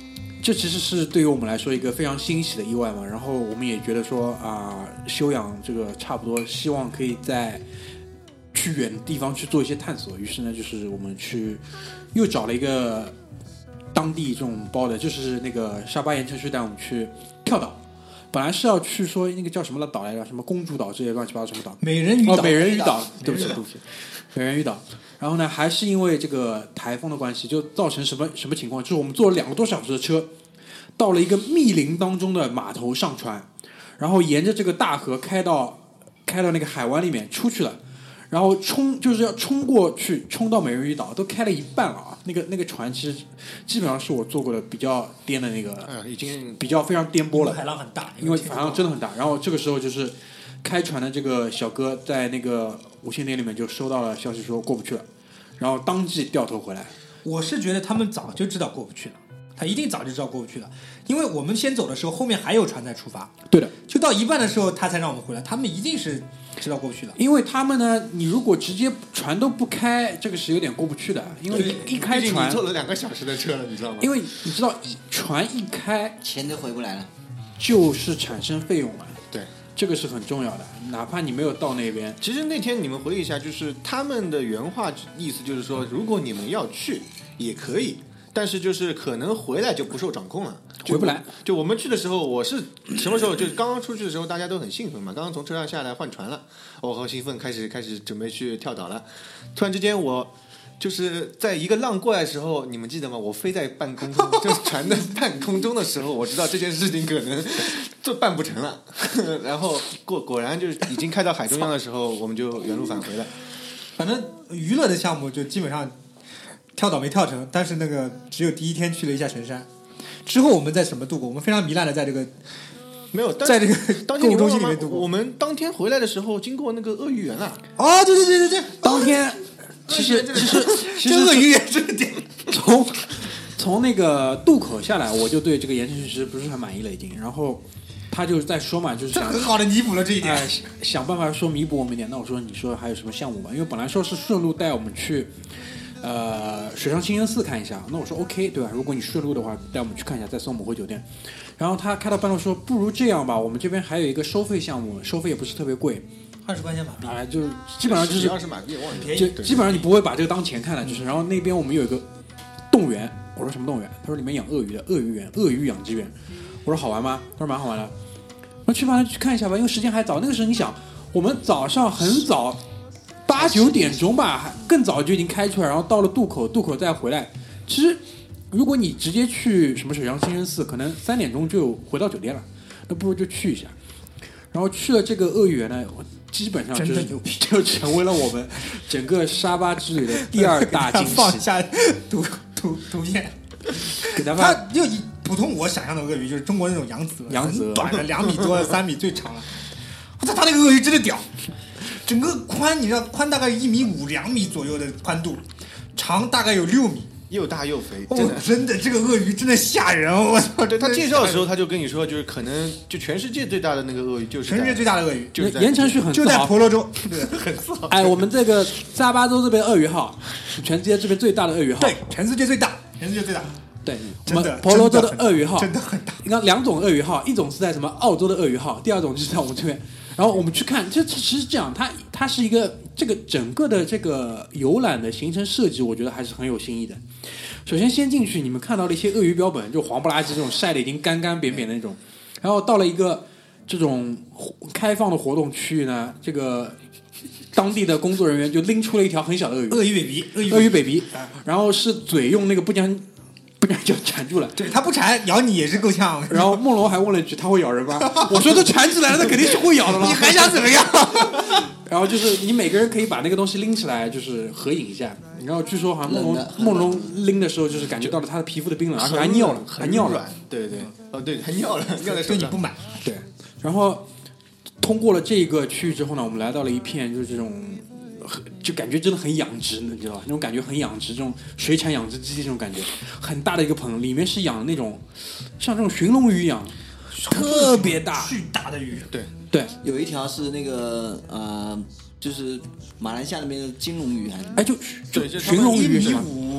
这其实是对于我们来说一个非常欣喜的意外嘛。然后我们也觉得说啊、呃，休养这个差不多，希望可以在去远的地方去做一些探索。于是呢，就是我们去又找了一个当地这种包的，就是那个沙巴盐城区带我们去跳岛。本来是要去说那个叫什么的岛来着，什么公主岛这些乱七八糟什么岛， 美人鱼岛， 哦，美人鱼岛，对不起，对不起，美人鱼岛。然后呢，还是因为这个台风的关系，就造成什么什么情况？就是我们坐了两个多小时的车，到了一个密林当中的码头上船，然后沿着这个大河开到开到那个海湾里面出去了，然后冲就是要冲过去，冲到美人鱼岛，都开了一半了啊！那个那个船其实基本上是我坐过的比较颠的那个， 嗯，已经比较非常颠簸了， 海浪很大， 因为海浪真的很大。然后这个时候就是开船的这个小哥在那个无线电里面就收到了消息说过不去了，然后当即掉头回来。 我是觉得他们早就知道过不去了，他一定早就知道过不去了，因为我们先走的时候，后面还有船在出发。 对的， 就到一半的时候，他才让我们回来，他们一定是知道过不去了。 因为他们呢，你如果直接船都不开，这个是有点过不去的，因为一一开船， 你坐了两个小时的车了，你知道吗？ 因为你知道，一船一开， 钱都回不来了， 就是产生费用了。 对。 这个是很重要的，哪怕你没有到那边。 其实那天你们回忆一下，就是他们的原话意思就是说，如果你们要去也可以，但是就是可能回来就不受掌控了， 回不来。 就我们去的时候，我是什么时候？就是刚刚出去的时候，大家都很兴奋嘛，刚刚从车上下来换船了，我好兴奋，开始开始准备去跳岛了。突然之间我。就是在一个浪过来的时候，你们记得吗？我飞在半空中，就是船的半空中的时候，我知道这件事情可能就办不成了。然后果果然就是已经开到海中央的时候，我们就原路返回了。 反正娱乐的项目就基本上跳岛没跳成，但是那个只有第一天去了一下神山，之后我们在什么度过？我们非常糜烂的在这个没有在这个购物中心里面度过。 我们当天回来的时候，经过那个鳄鱼园了。 哦，对对对对对， 当天。其实其实其实鳄鱼园真的点从从那个渡口下来，我就对这个盐城区其实不是很满意了已经。然后他就在说嘛，就是这很好的弥补了这一点， 哎、想办法说弥补我们一点。那我说你说还有什么项目吧？因为本来说是顺路带我们去呃水上清真寺看一下，那我说 OK 对吧？如果你顺路的话，带我们去看一下，再送我们回酒店。然后他开到半路说，不如这样吧，我们这边还有一个收费项目，收费也不是特别贵。 二十块钱马币， 啊，就基本上就是二十马币， 就基本上你不会把这个当钱看的，就是。然后那边我们有一个动物园，我说什么动物园？他说里面养鳄鱼的，鳄鱼园，鳄鱼养殖园。我说好玩吗？他说蛮好玩的。我说去吧，去看一下吧，因为时间还早。那个时候你想，我们早上很早，八九点钟吧，更早就已经开出来，然后到了渡口，渡口再回来。其实如果你直接去什么水上清真寺，可能三点钟就回到酒店了，那不如就去一下。然后去了这个鳄鱼园呢，基本上就是就成为了我们整个沙巴之旅的第二大惊喜。 放下图图图片， 给他它就以普通我想象的鳄鱼就是中国那种扬子， 扬子短的两米多、三米最长了。我操，他那个鳄鱼真的屌，整个宽你知道宽大概一米五、两米左右的宽度，长大概有六米。 又大又肥， 真的、哦、真的，这个鳄鱼真的吓人！我操！ 对他介绍的时候，他就跟你说，就是可能就全世界最大的那个盐鳄鱼，就是全世界最大的鳄鱼， 就是盐城区很就在婆罗洲，对，很自豪。 哎，我们这个沙巴州这边鳄鱼号，全世界这边最大的鳄鱼号， 对，全世界最大，全世界最大。 对， 我们婆罗洲的鳄鱼号真的很大。 你看两种鳄鱼号，一种是在什么澳洲的鳄鱼号，第二种就是在我们这边。然后我们去看，就其实这样，它它是一个这个整个的这个游览的行程设计，我觉得还是很有新意的。首先先进去，你们看到了一些鳄鱼标本，就黄不拉几这种晒的已经干干扁扁的那种。然后到了一个这种开放的活动区域呢，这个当地的工作人员就拎出了一条很小的鳄鱼， 鳄鱼 baby， 鳄鱼 baby， 然后是嘴用那个不粘不粘就缠住了。 对，它不缠，咬你也是够呛。 然后梦龙还问了一句：“它会咬人吗？”我说：“这缠起来了，那肯定是会咬的了。” 你还想怎么样？ 然后就是你每个人可以把那个东西拎起来，就是合影一下。然后据说好像梦龙梦龙拎的时候，就是感觉到了他的皮肤的冰冷，而且还尿了，还尿了。 对对，哦对，还尿了，尿在手对你不满。 对，然后通过了这个区域之后呢，我们来到了一片就是这种，就感觉真的很养殖，你知道吧？那种感觉很养殖，这种水产养殖基地这种感觉，很大的一个棚，里面是养那种像这种寻龙鱼一样，特别大， 巨大的鱼。 对对， 有一条是那个呃，就是马来西亚那边的金龙鱼还是？ 哎，就对， 寻龙鱼是吧？ 一米五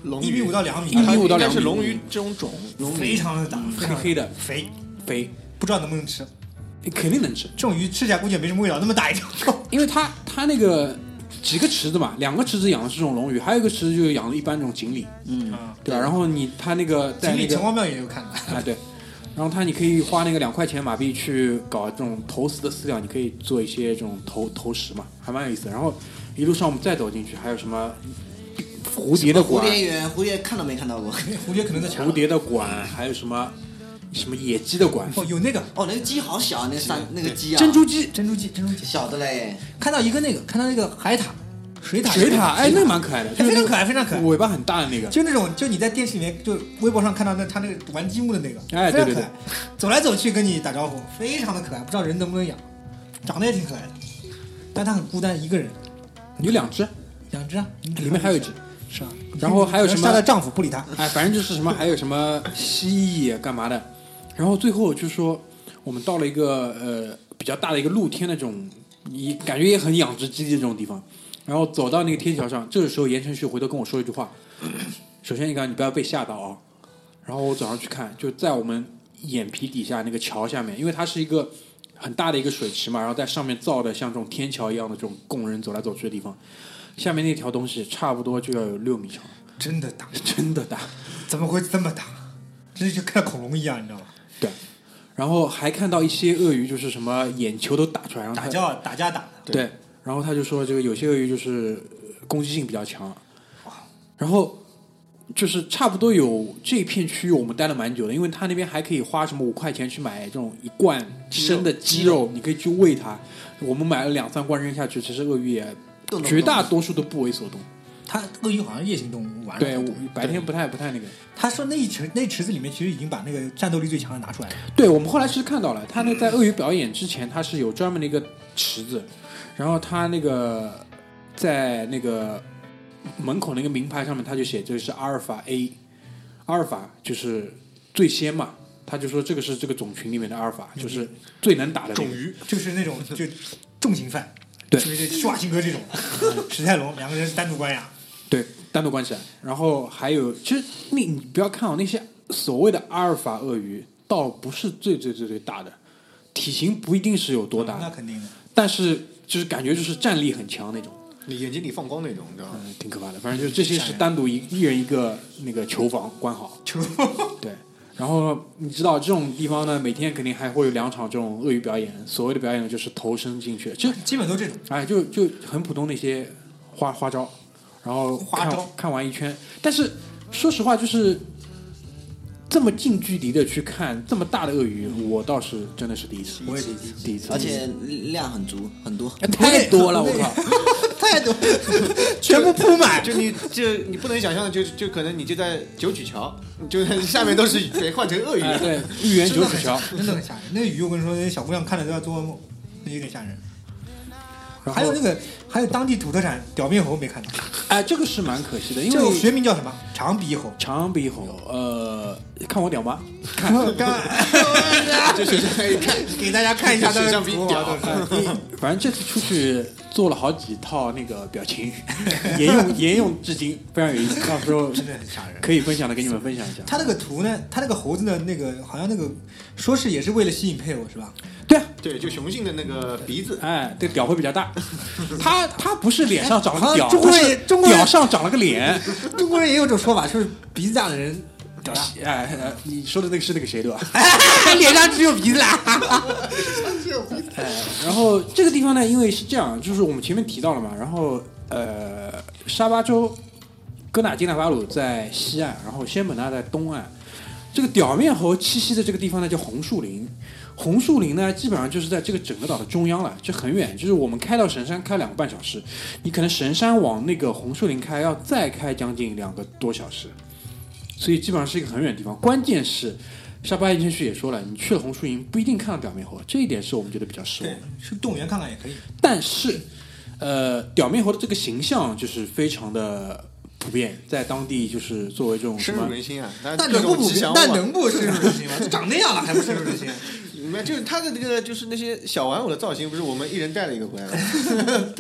龙鱼一米五到两米， 一米五到两米是龙鱼这种种，龙鱼非常的大，非常黑黑的肥肥， 不知道能不能吃。 肯定能吃。 这种鱼吃起来估计也没什么味道，那么大一条。 因为它它那个几个池子嘛，两个池子养的是这种龙鱼，还有一个池子就养了一般这种锦鲤， 嗯， 对吧？然后你它那个在那个锦鲤城隍庙也有看的啊，对。然后它你可以花那个两块钱马币去搞这种投食的饲料，你可以做一些这种投投食嘛，还蛮有意思的。然后一路上我们再走进去，还有什么蝴蝶的蝴馆， 蝶园，蝴蝶看都没看到过。 蝴蝶可能在墙蝴蝶的馆，还有什么什么野鸡的馆， 哦，有那个哦，那个鸡好小，那个山那个鸡啊， 珍珠鸡， 珍珠鸡，珍珠鸡， 小的嘞。 看到一个那个，看到那个海獭，水獭， 水獭，哎，那个蛮可爱的，就是那个非常可爱，非常可爱。 尾巴很大的那个， 就那种，就你在电视里面，就微博上看到那他那个玩积木的那个， 哎对对对非常可爱，走来走去跟你打招呼，非常的可爱。不知道人能不能养，长得也挺可爱的，但他很孤单，一个人， 有两只， 两只啊， 里面还有一只， 是吧？ 然后还有什么杀了丈夫不理他， 哎，反正就是什么，还有什么蜥蜴干嘛的，然后最后就说我们到了一个呃比较大的一个露天的这种，你感觉也很养殖基地的这种地方，然后走到那个天桥上，这个时候言承旭回头跟我说一句话，首先一个你不要被吓到啊，然后我早上去看，就在我们眼皮底下那个桥下面，因为它是一个很大的一个水池嘛，然后在上面造的像这种天桥一样的这种供人走来走去的地方，下面那条东西差不多就要有六米长， 真的大， 真的大， 怎么会这么大？这就看恐龙一样，你知道吗？ 对。然后还看到一些鳄鱼，就是什么眼球都打出来，然后打架打架打的， 对。然后他就说，这个有些鳄鱼就是攻击性比较强，然后就是差不多有这片区域我们待了蛮久的，因为他那边还可以花什么五块钱去买这种一罐生的鸡肉，你可以去喂它。我们买了两三罐扔下去，其实鳄鱼也动动绝大多数都不为所动。 它鳄鱼好像夜行动物，晚上对，白天不太不太那个。 他说那一池那池子里面其实已经把那个战斗力最强的拿出来了。 对，我们后来其实看到了，他那在鳄鱼表演之前，他是有专门的一个池子，然后他那个在那个门口那个名牌上面，他就写这是阿尔法 A， 阿尔法就是最先嘛，他就说这个是这个种群里面的阿尔法，就是最能打的、那个、 种鱼，就是那种就重刑犯， 对， 就是施瓦辛格这种，史泰龙两个人单独关押。 对，单独关起来。然后还有，其实你你不要看哦，那些所谓的阿尔法鳄鱼，倒不是最最最最大的，体型不一定是有多大、 嗯，那肯定的。 但是就是感觉就是战力很强那种， 你眼睛里放光那种，你知道吗？ 嗯，挺可怕的。反正就这些是单独一一人一个那个囚房关好。 囚对。然后你知道这种地方呢，每天肯定还会有两场这种鳄鱼表演。所谓的表演呢，就是投身进去，就基本都这种。 哎，就就很普通的一些花花招。然后看看完一圈，但是说实话，就是这么近距离的去看这么大的鳄鱼，我倒是真的是第一次， 我也第一次， 而且量很足，很多， 太多了，我靠， 太多，全部铺满。 就你就你不能想象的，就就可能你就在九曲桥，就下面都是被换成鳄鱼， 哎、对，豫园九曲桥， 真的很吓人。那个鱼，我跟你说，那小姑娘看了都要做噩梦，那有点吓人。还有那个，还有当地土特产屌面猴没看到？ 哎，这个是蛮可惜的，因为这个学名叫什么？长鼻猴。 长鼻猴，呃，看我屌吗？ 看， 就是看给大家看一下水上比屌。 反正这次出去做了好几套那个表情，沿用沿用至今，非常有意思。到时候真的很吓人， 可以分享的给你们分享一下。 他那个图呢？他那个猴子的那个好像那个说是也是为了吸引配偶是吧？ 对啊， 对，就雄性的那个鼻子， 哎，这个屌会比较大。他他不是脸上长了个屌， 中国人中国人屌上长了个脸。 中国人也有种说法，就是鼻子大的人屌大。 哎，你说的那个是那个谁对吧？ 脸上只有鼻子啦。 哎，然后这个地方呢，因为是这样，就是我们前面提到了嘛，然后呃，沙巴州哥打金纳巴鲁在西岸，然后仙本那在东岸。这个屌面猴栖息的这个地方呢，叫红树林。红树林呢，基本上就是在这个整个岛的中央了，就很远，就是我们开到神山开两个半小时，你可能神山往那个红树林开要再开将近两个多小时，所以基本上是一个很远的地方。关键是沙巴言承旭也说了，你去了红树林不一定看到屌面猴，这一点是我们觉得比较失望的。 去动物园看看也可以。 但是，呃，屌面猴的这个形象就是非常的普遍，在当地就是作为这种深入人心啊。 但能不普遍？但能不深入人心吗？就长那样了还不深入人心？ 没有，就是他的这个，就是那些小玩偶的造型，不是我们一人带了一个回来，特别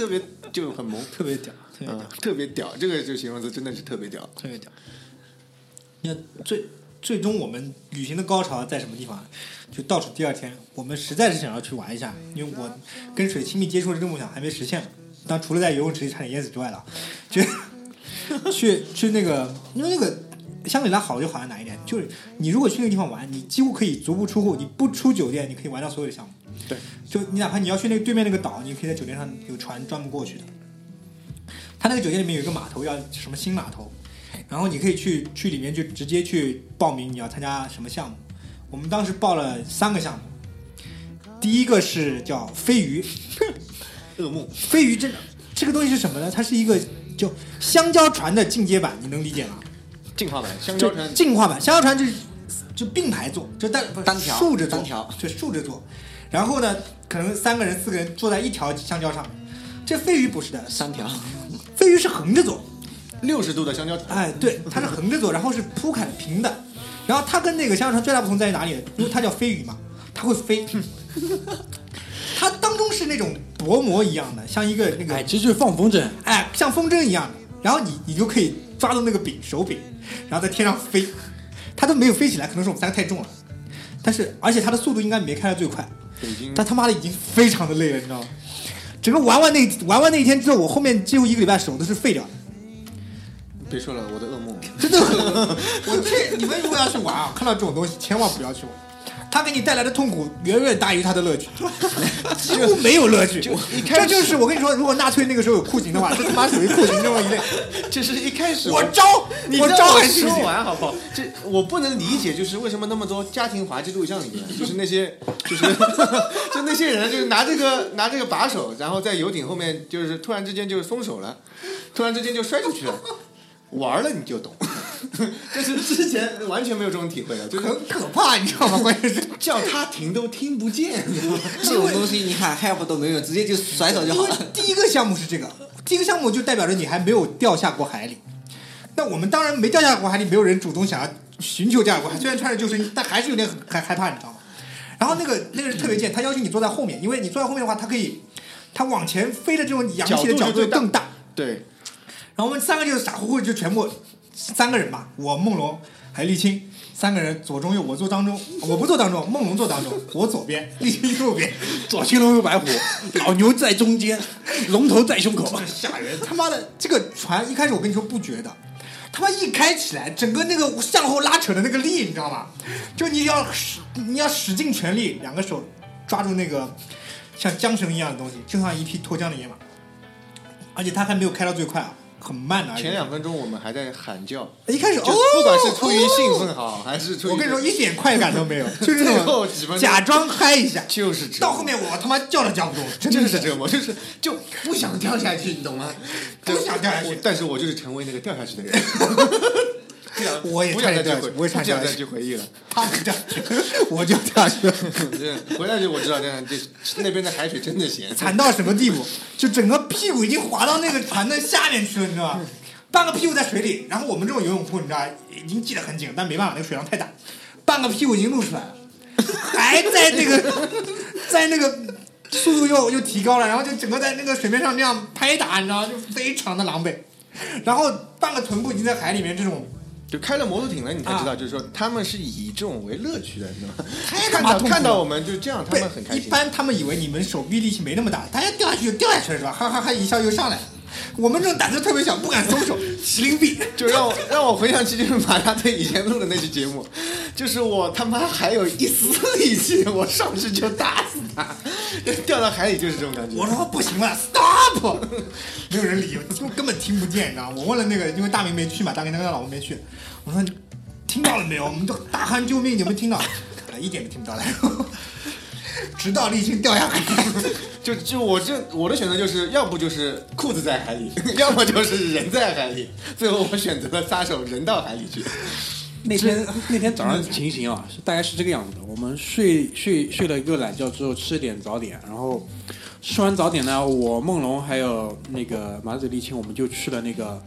就很萌， 特别屌，特别屌， 嗯，特别屌，这个就形容词真的是特别屌， 特别屌。你看最最终我们旅行的高潮在什么地方？就倒数第二天，我们实在是想要去玩一下，因为我跟水亲密接触的这个梦想还没实现。但除了在游泳池里差点淹死之外了，就去去那个，因为那个香格里拉好就好在哪一点，就是你如果去那个地方玩，你几乎可以足不出户，你不出酒店，你可以玩到所有的项目。 对， 就你哪怕你要去那个对面那个岛，你可以在酒店上有船专门过去的。他那个酒店里面有一个码头，要什么新码头，然后你可以去去里面就直接去报名你要参加什么项目。我们当时报了三个项目，第一个是叫飞鱼， 噩梦。 飞鱼这这个东西是什么呢？它是一个就香蕉船的进阶版，你能理解吗？ 进化版香蕉船， 进化版香蕉船就是就并排坐，就单单条竖着坐， 单条就竖着坐。然后呢，可能三个人四个人坐在一条香蕉上面。这飞鱼不是的， 三条， 飞鱼是横着坐， 六十度的香蕉船。 哎，对，它是横着坐，然后是铺开平的。然后它跟那个香蕉船最大不同在于哪里？因为它叫飞鱼嘛，它会飞。它当中是那种薄膜一样的，像一个那个， 哎，这就是放风筝， 哎，像风筝一样的。然后你你就可以抓住那个柄手柄，然后在天上飞。它都没有飞起来，可能是我们三个太重了。但是而且它的速度应该没开到最快，但他妈的已经非常的累了，你知道吗？整个玩完那玩完那一天之后，我后面几乎一个礼拜手都是废掉的。 别说了，我的噩梦， 真的，我这你们如果要去玩啊，看到这种东西千万不要去玩，它给你带来的痛苦远远大于它的乐趣，几乎没有乐趣。这就是我跟你说，如果纳粹那个时候有酷刑的话，这他妈属于酷刑中一类。 就是一开始我招， 你我招还说完好不好？这我不能理解，就是为什么那么多家庭滑稽录像里面，就是那些就是就那些人就是拿这个拿这个把手，然后在游艇后面就是突然之间就松手了，突然之间就摔出去了。玩了你就懂，就是之前完全没有这种体会的，就是很可怕，你知道吗？关键是叫他停都听不见。 这种东西你看 help 都没有，直接就甩手就好了。 第一个项目是这个，第一个项目就代表着你还没有掉下过海里。那我们当然没掉下过海里，没有人主动想要寻求掉下过海，虽然穿着救生衣，但还是有点很害害怕，你知道吗？然后那个那个人特别贱，他要求你坐在后面，因为你坐在后面的话，他可以他往前飞的这种扬起的角度更大。 对。 然后我们三个就傻乎乎就全部三个人吧，我梦龙还有沥青三个人左中右，我坐当中，我不坐当中，梦龙坐当中，我左边，沥青右边， 左青龙右白虎，老牛在中间，龙头在胸口， 吓人！他妈的，这个船一开始我跟你说不觉得，他妈一开起来，整个那个向后拉扯的那个力，你知道吗？就你要使你要使尽全力，两个手抓住那个像缰绳一样的东西，就像一匹脱缰的野马，而且他还没有开到最快啊。很慢的， 前两分钟我们还在喊叫， 一开始就不管是出于兴奋好，还是出于我跟你说一点快感都没有，就是那种假装嗨一下， 就是到后面我他妈叫都叫不动，真的是折磨，就是就不想掉下去，你懂吗？ 不想掉下去， 但是我就是成为那个掉下去的人。 我也差点掉下去，我也差点再去回忆了。 他不掉，我就掉下去了。 回来就我知道，这样这那边的海水真的咸， 惨到什么地步？就整个屁股已经滑到那个船的下面去了，你知道吧？半个屁股在水里，然后我们这种游泳裤，你知道已经系得很紧，但没办法，那个水量太大，半个屁股已经露出来了，还在那个在那个速度又又提高了，然后就整个在那个水面上这样拍打，你知道吗？就非常的狼狈。然后半个臀部已经在海里面这种。 就开了摩托艇了，你才知道，就是说他们是以这种为乐趣的，你知道吗？ 看到看到我们就这样，他们很开心。 一般他们以为你们手臂力气没那么大，大家掉下去就掉下去了是吧？哈哈哈，一笑又上来。我们这种胆子特别小，不敢松手，麒麟臂。 就让我让我回想起就是马大队以前录的那期节目，就是我他妈还有一丝力气，我上去就打死他，掉到海里就是这种感觉。 我说不行了 ，stop， 没有人理，根本听不见，你知道吗？我问了那个，因为大明没去嘛，大明那个老婆没去，我说听到了没有？我们都大喊救命，你们听到？一点都听不到来。直到沥青掉下海， 就就我这我的选择就是要不就是裤子在海里，要么就是人在海里。最后我选择了撒手人到海里去。 那天那天早上情形啊，是大概是这个样子的。我们睡睡睡了一个懒觉之后，吃了点早点，然后吃完早点呢，我梦龙还有那个马子沥青，我们就去了那个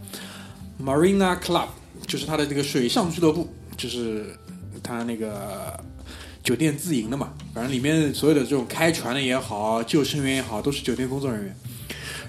Marina Club， 就是他的这个水上俱乐部，就是他那个。酒店自营的嘛，反正里面所有的这种开船的也好，救生员也好，都是酒店工作人员。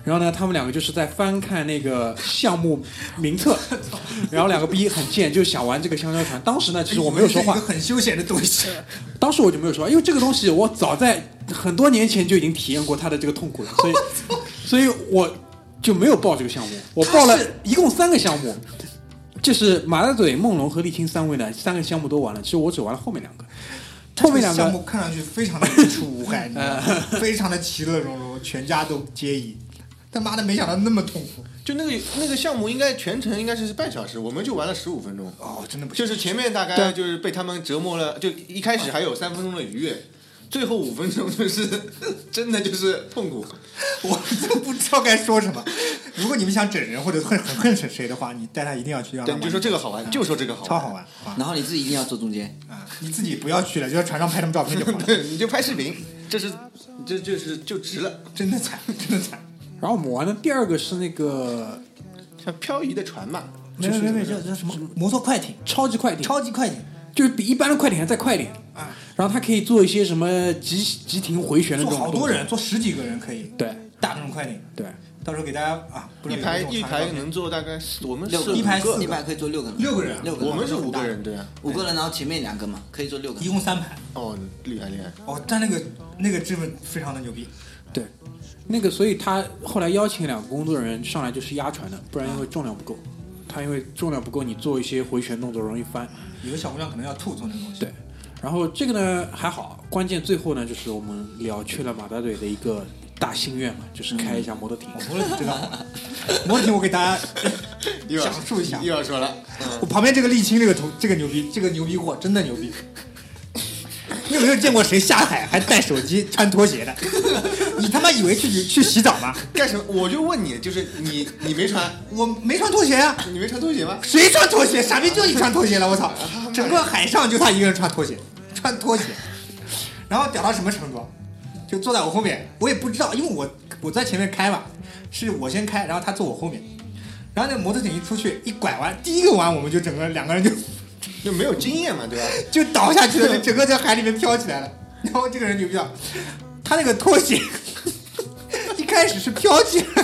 然后呢，他们两个就是在翻看那个项目名册，然后两个逼很贱，就想玩这个香蕉船。当时呢，其实我没有说话， 一个很休闲的东西。 当时我就没有说话，因为这个东西我早在很多年前就已经体验过它的这个痛苦了，所以，所以我就没有报这个项目。我报了一共三个项目，这是马大嘴、梦龙和沥青三位呢，三个项目都完了。其实我只玩了后面两个。后面两个项目看上去非常的人畜无害，你知道吗？非常的其乐融融，全家都皆宜。他妈的，没想到那么痛苦。 就那个那个项目应该全程应该是半小时，我们就玩了十五分钟。 哦，真的不行。 就是前面大概就是被他们折磨了，就一开始还有三分钟的愉悦，最后五分钟就是真的就是痛苦。 我都不知道该说什么。如果你们想整人或者恨很恨谁的话，你带他一定要去让他对，你就说这个好玩，嗯、就说这个好玩， 超好玩。 啊、然后你自己一定要坐中间啊，你自己不要去了，就在船上拍他们照片就好了。 对，你就拍视频，这是这就是就值了， 真的惨，真的惨。 然后我们玩的第二个是那个像漂移的船嘛， 没没没没，叫叫什么摩托快艇， 超级快艇， 超级快艇， 就是比一般的快艇还再快一点啊。然后它可以做一些什么急急停回旋的这种， 坐好多人，坐十几个人可以。 对， 大众快艇。 对， 到时候给大家啊， 一排一排能坐大概我们六个， 一排四一排可以坐六个人， 六个人， 六个人， 我们是五个人，对啊， 五个人，然后前面两个嘛，可以坐六个人， 一共三排。 哦，厉害厉害。 哦，但那个那个真的非常的牛逼。 对。那个，所以他后来邀请两个工作人员上来就是压船的，不然因为重量不够，他因为重量不够，你做一些回旋动作容易翻。 有的小姑娘可能要吐做那个东西。 对，然后这个呢还好，关键最后呢就是我们了却了马大嘴的一个大心愿嘛，就是开一下摩托艇。 摩托艇这个好，摩托艇我给大家讲述一下。 又要说了， 嗯、我旁边这个沥青这个头这个牛逼，这个牛逼货真的牛逼。你有没有见过谁下海还带手机穿拖鞋的？你他妈以为去去洗澡吗？ 干什么？我就问你，就是你你没穿， 我没穿拖鞋啊。 你没穿拖鞋吗？ 谁穿拖鞋？傻逼就你穿拖鞋了，我操！整个海上就他一个人穿拖鞋，穿拖鞋，然后屌到什么程度？就坐在我后面，我也不知道，因为我我在前面开嘛，是我先开，然后他坐我后面，然后那摩托艇一出去一拐弯，第一个弯我们就整个两个人就。 就没有经验嘛，对吧？ 就倒下去了，整个在海里面飘起来了。然后这个人牛逼啊，他那个拖鞋一开始是飘起来，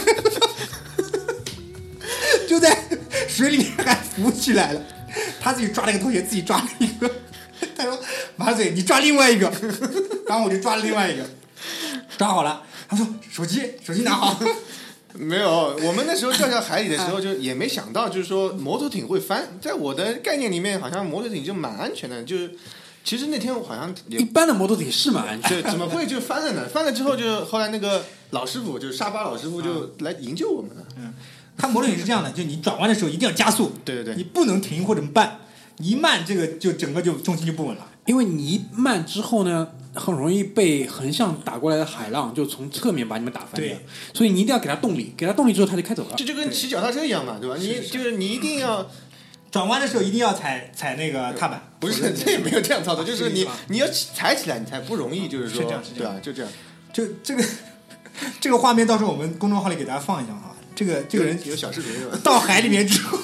就在水里面还浮起来了。他自己抓了一个拖鞋，自己抓了一个。他说：“马嘴，你抓另外一个。”然后我就抓了另外一个，抓好了。他说：“手机，手机拿好。” 没有，我们那时候掉下海里的时候，就也没想到，就是说摩托艇会翻。在我的概念里面，好像摩托艇就蛮安全的。就是其实那天好像一般的摩托艇是蛮安全的，怎么会就翻了呢？翻了之后，就后来那个老师傅，就是沙巴老师傅，就来营救我们了。 嗯，他摩托艇是这样的，就你转弯的时候一定要加速， 对对对， 你不能停或者慢，你一慢这个就整个就重心就不稳了。 因为你一慢之后呢，很容易被横向打过来的海浪就从侧面把你们打翻掉，所以你一定要给它动力，给它动力之后它就开走了。 这就跟骑脚踏车一样嘛，对吧？你就是你一定要转弯的时候一定要踩踩那个踏板， 不是这也没有这样操作，就是你你要踩起来你才不容易，就是说对吧？就这样， 就这个这个画面到时候我们公众号里给大家放一下哈。这个这个人有小视频是吧？ 到海里面之后，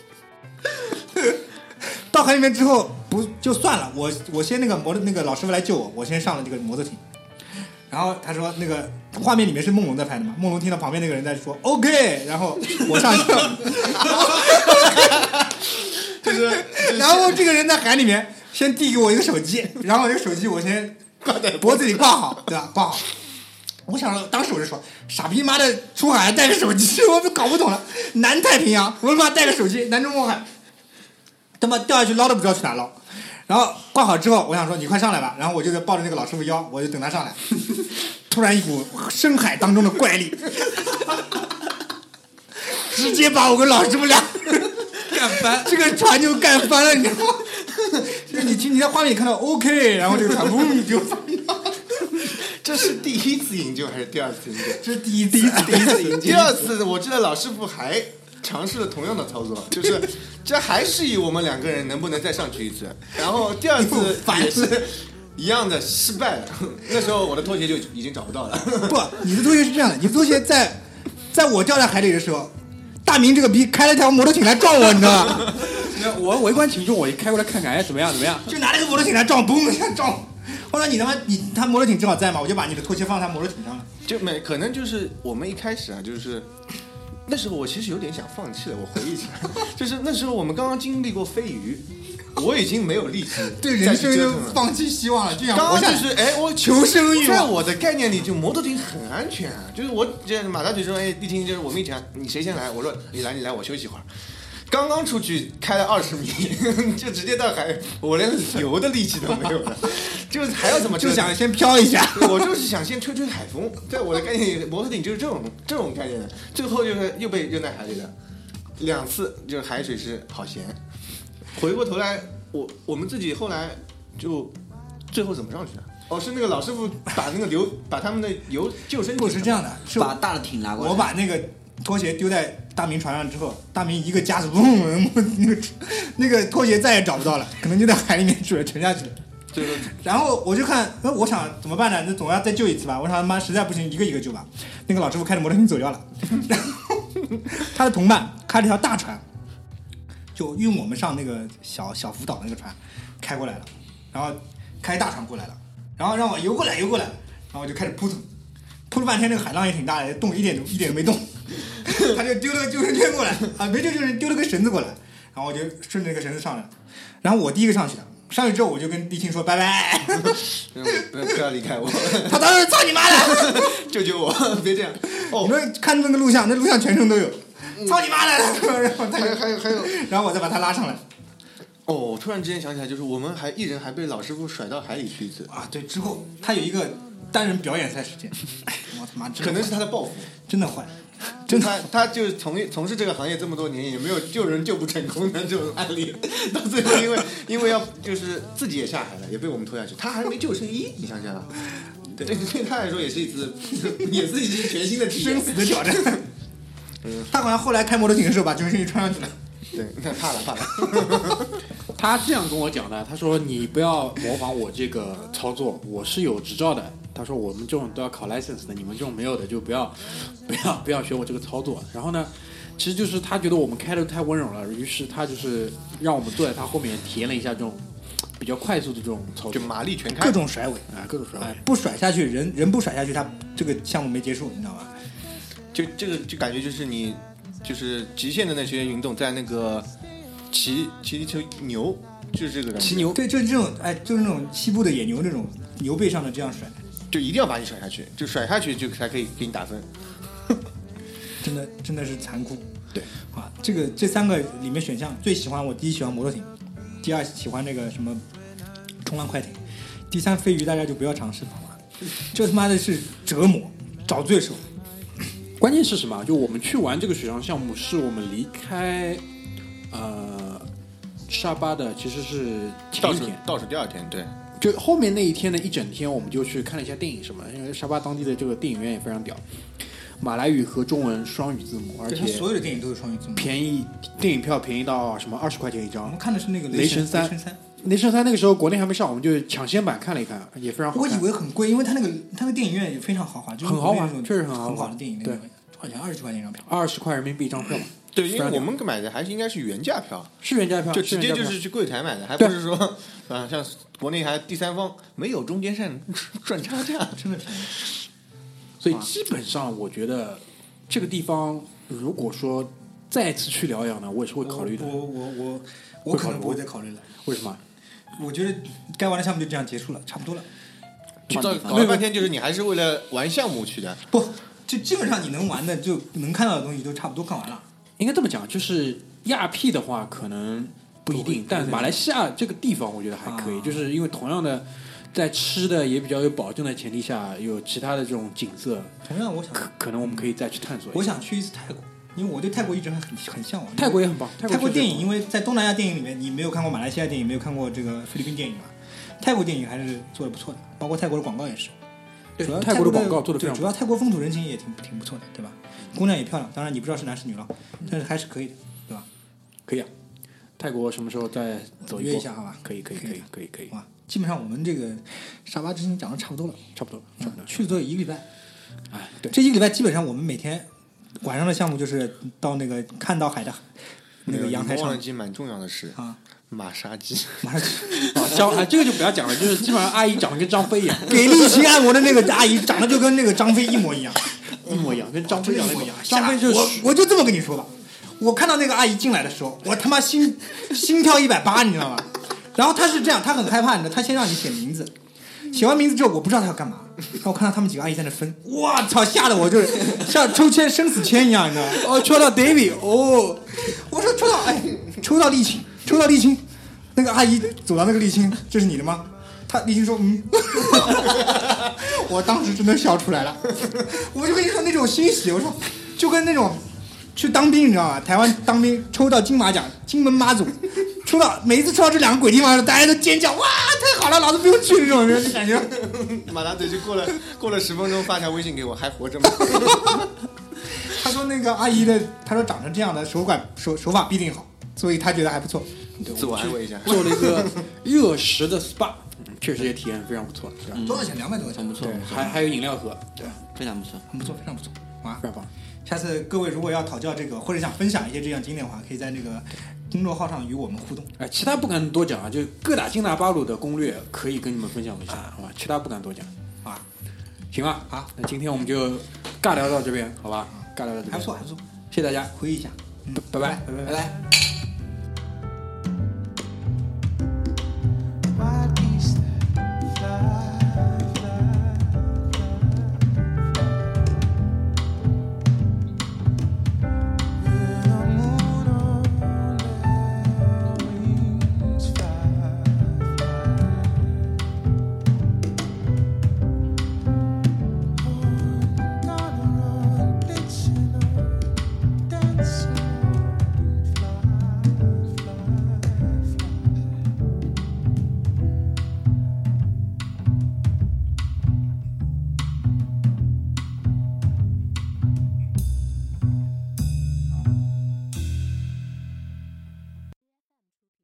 到海里面之后不就算了，我我先那个摩托那个老师傅来救我，我先上了这个摩托艇。然后他说那个画面里面是梦龙在拍的嘛，梦龙听到旁边那个人在说 OK， 然后我上去了， 就是、就是、 然后这个人在海里面先递给我一个手机，然后这个手机我先脖子里挂好，对吧？挂好。我想说，当时我就说，傻逼妈的出海还带个手机，我搞不懂了。南太平洋，我他妈带个手机，南中国海，他妈掉下去捞都不知道去哪捞。然后挂好之后，我想说你快上来吧，然后我就抱着那个老师傅腰，我就等他上来。突然一股深海当中的怪力，直接把我跟老师傅俩干翻， 这个船就干翻了，你知道吗？就是你你在画面里看到 OK， 然后这个船嗡就翻了。 这是第一次营救还是第二次营救？ 这是第一第一次第一次营救。 第二次我记得老师傅还尝试了同样的操作，就是这还是以我们两个人能不能再上去一次，然后第二次也是一样的失败了。那时候我的拖鞋就已经找不到了。 不，你的拖鞋是这样的，你的拖鞋在在我掉在海里的时候，大明这个逼开了条摩托艇来撞我，你知道吗？ 我围观群众，我一开过来看看，哎，怎么样怎么样？ 就拿那个摩托艇来撞，嘣一下撞。 后来你他妈你他摩托艇正好在嘛，我就把你的拖鞋放他摩托艇上了。 就没可能就是我们一开始啊，就是那时候我其实有点想放弃了。我回忆起来，就是那时候我们刚刚经历过飞鱼，我已经没有力气对人生就放弃希望了，就想刚刚活下去。 就是哎，我求生欲望在我的概念里，就摩托艇很安全啊。就是我这马大嘴说，哎，丽婷，就是我们一起，你谁先来？我说你来，你来，我休息一会儿。刚刚出去开了二十米，就直接到海，我连游的力气都没有了，就是还要怎么就想先飘一下。 我就是想先吹吹海风，在我的概念里，摩托艇就是这种这种概念的。最后就是又被扔在海里了，两次就是海水是好咸。回过头来，我我们自己后来就最后怎么上去的？哦，是那个老师傅把那个流把他们的游救生不是这样的，是把大的艇拿过来， 我把那个拖鞋丢在大明船上之后，大明一个加速，嗡，那个那个拖鞋再也找不到了，可能就在海里面水沉下去了。 对对。 然后我就看，那我想怎么办呢？那总要再救一次吧。我想他妈实在不行，一个一个救吧。那个老师傅开着摩托艇走掉了，然后他的同伴开了条大船，就运我们上那个小小福岛的那个船开过来了，然后开大船过来了，然后让我游过来游过来，然后我就开始扑腾，扑了半天，那个海浪也挺大的，动一点一点都没动。他就丢了个救生圈过来啊，没救救生，丢了个绳子过来，然后我就顺着那个绳子上来了，然后我第一个上去了，上去之后我就跟地庆说拜拜， 不要不要离开我， 他当时操你妈的， 救救我，别这样。哦， 你们看那个录像，那录像全程都有，操你妈的，然后他还有还有还有， 然后我再把他拉上来。 哦，突然之间想起来，就是我们还一人还被老师傅甩到海里去一次啊，对，之后他有一个单人表演赛时间，我他妈可能是他的报复， 真的坏。 真他他就是从从事这个行业这么多年，也没有救人救不成功的这种案例。到最后，因为因为要就是自己也下海了，也被我们拖下去，他还没救生衣，你想想啊，对对他来说也是一次，也是一次全新的体验生死的挑战。嗯，他好像后来开摩托艇的时候把救生衣穿上去了。 对，那怕了怕了。 他这样跟我讲的，他说你不要模仿我这个操作，我是有执照的。他说我们这种都要考 license 的，你们这种没有的就不要不要不要学我这个操作。然后呢，其实就是他觉得我们开的太温柔了，于是他就是让我们坐在他后面体验了一下这种比较快速的这种操作， 就马力全开， 各种甩尾啊，各种甩尾， 哎，不甩下去，人人不甩下去，他这个项目没结束，你知道吧？ 就这个就感觉就是你就是极限的那些运动，在那个骑骑一头牛，就是这个感觉。 骑牛， 对，就是这种，哎，就是那种西部的野牛那种牛背上的这样甩。 就一定要把你甩下去，就甩下去就才可以给你打分。 真的真的是残酷。 对啊，这个这三个里面选项最喜欢我第一喜欢摩托艇，第二喜欢那个什么冲浪快艇，第三飞鱼大家就不要尝试了，这他妈的是折磨，找罪受。 关键是什么？就我们去玩这个水上项目，是我们离开呃沙巴的，其实是前一天， 倒数第二天，对。 就后面那一天的一整天，我们就去看了一下电影什么，因为沙巴当地的这个电影院也非常屌，马来语和中文双语字母，而且所有的电影都有双语字母， 便宜，电影票便宜到什么二十块钱一张。 我们看的是那个雷神三， 雷神三， 雷神三那个时候国内还没上，我们就抢先版看了一看，也非常好看。 我以为很贵，因为它那个它那个电影院也非常豪华，就是很豪华，确实很豪华， 很好的电影院， 对， 多少钱？二十块钱一张票， 二十块人民币一张票。 对，因为我们买的还是应该是原价票， 是原价票， 就直接就是去柜台买的，还不是说啊，像国内还第三方没有中间商赚差价， 真的便宜。 所以基本上我觉得这个地方，如果说再次去疗养呢，我也是会考虑的。 我我我我可能不会再考虑了。 为什么？ 我觉得该玩的项目就这样结束了，差不多了。 搞了半天就是你还是为了玩项目去的， 不，就基本上你能玩的就能看到的东西都差不多看完了。 应该这么讲，就是亚庇的话可能不一定，但马来西亚这个地方我觉得还可以，啊、就是因为同样的在吃的也比较有保证的前提下，有其他的这种景色。 同样，我想可可能我们可以再去探索一下。 我想去一次泰国，因为我对泰国一直很很向往。 泰国也很棒，泰国, 泰国电影，因为在东南亚电影里面，你没有看过马来西亚电影，没有看过这个菲律宾电影嘛？泰国电影还是做的不错的，包括泰国的广告也是。主要泰国的广告做的非常主要泰国风土人情也挺挺不错的，对吧？姑娘也漂亮，当然你不知道是男是女了，但是还是可以的，对吧？ 可以啊。泰国什么时候再走一约一下，好吧？ 可以，可以，可以，可以，可以。 哇，基本上我们这个沙巴之行讲的差不多了， 差不多，差不多。 去了都有一个礼拜， 哎，对， 这一个礼拜基本上我们每天晚上的项目就是到那个看到海的那个阳台上， 忘了一件蛮重要的事啊， 马杀鸡， 马上啊，张啊，这个就不要讲了，就是基本上阿姨长得跟张飞一样， 给力秦按摩的那个阿姨长得就跟那个张飞一模一样， 一模一样，跟张飞一模一样。 张飞就是我我就这么跟你说吧，我看到那个阿姨进来的时候，我他妈心心跳一百八，你知道吗？然后她是这样，她很害怕，你知道，她先让你写名字，写完名字之后，我不知道她要干嘛。然后我看到他们几个阿姨在那分，我操，吓得我就是像抽签生死签一样，你知道吗？ 哦，抽到 David， 哦， 我说抽到，哎，抽到沥青，抽到沥青，那个阿姨走到那个沥青，这是你的吗？他沥青说，嗯，我当时真的笑出来了，我就跟你说那种欣喜，我说就跟那种去当兵，你知道吗？台湾当兵抽到金马奖，金门妈祖，抽到每一次抽到这两个鬼地方，大家都尖叫，哇，太好了，老子不用去这种人感觉。 马大嘴就过了过了十分钟，发条微信给我，还活着吗？ 他说那个阿姨的，他说长成这样的手感手手法必定好，所以他觉得还不错。 自我安慰一下， 做了一个热食的 S P A， 确实也体验非常不错，是吧？ 多少钱？两百多块钱， 很不错， 还还有饮料喝，对， 非常不错， 很不错，非常不错啊！ 非常棒。 下次各位如果要讨教这个，或者想分享一些这样经典的话，可以在那个公众号上与我们互动。 哎，其他不敢多讲啊，就各打金大八路的攻略可以跟你们分享一下，好吧？其他不敢多讲啊。 行吧， 好， 那今天我们就尬聊到这边，好吧？尬聊到这边， 还不错，还不错， 谢谢大家， 回忆一下， 拜拜拜拜拜。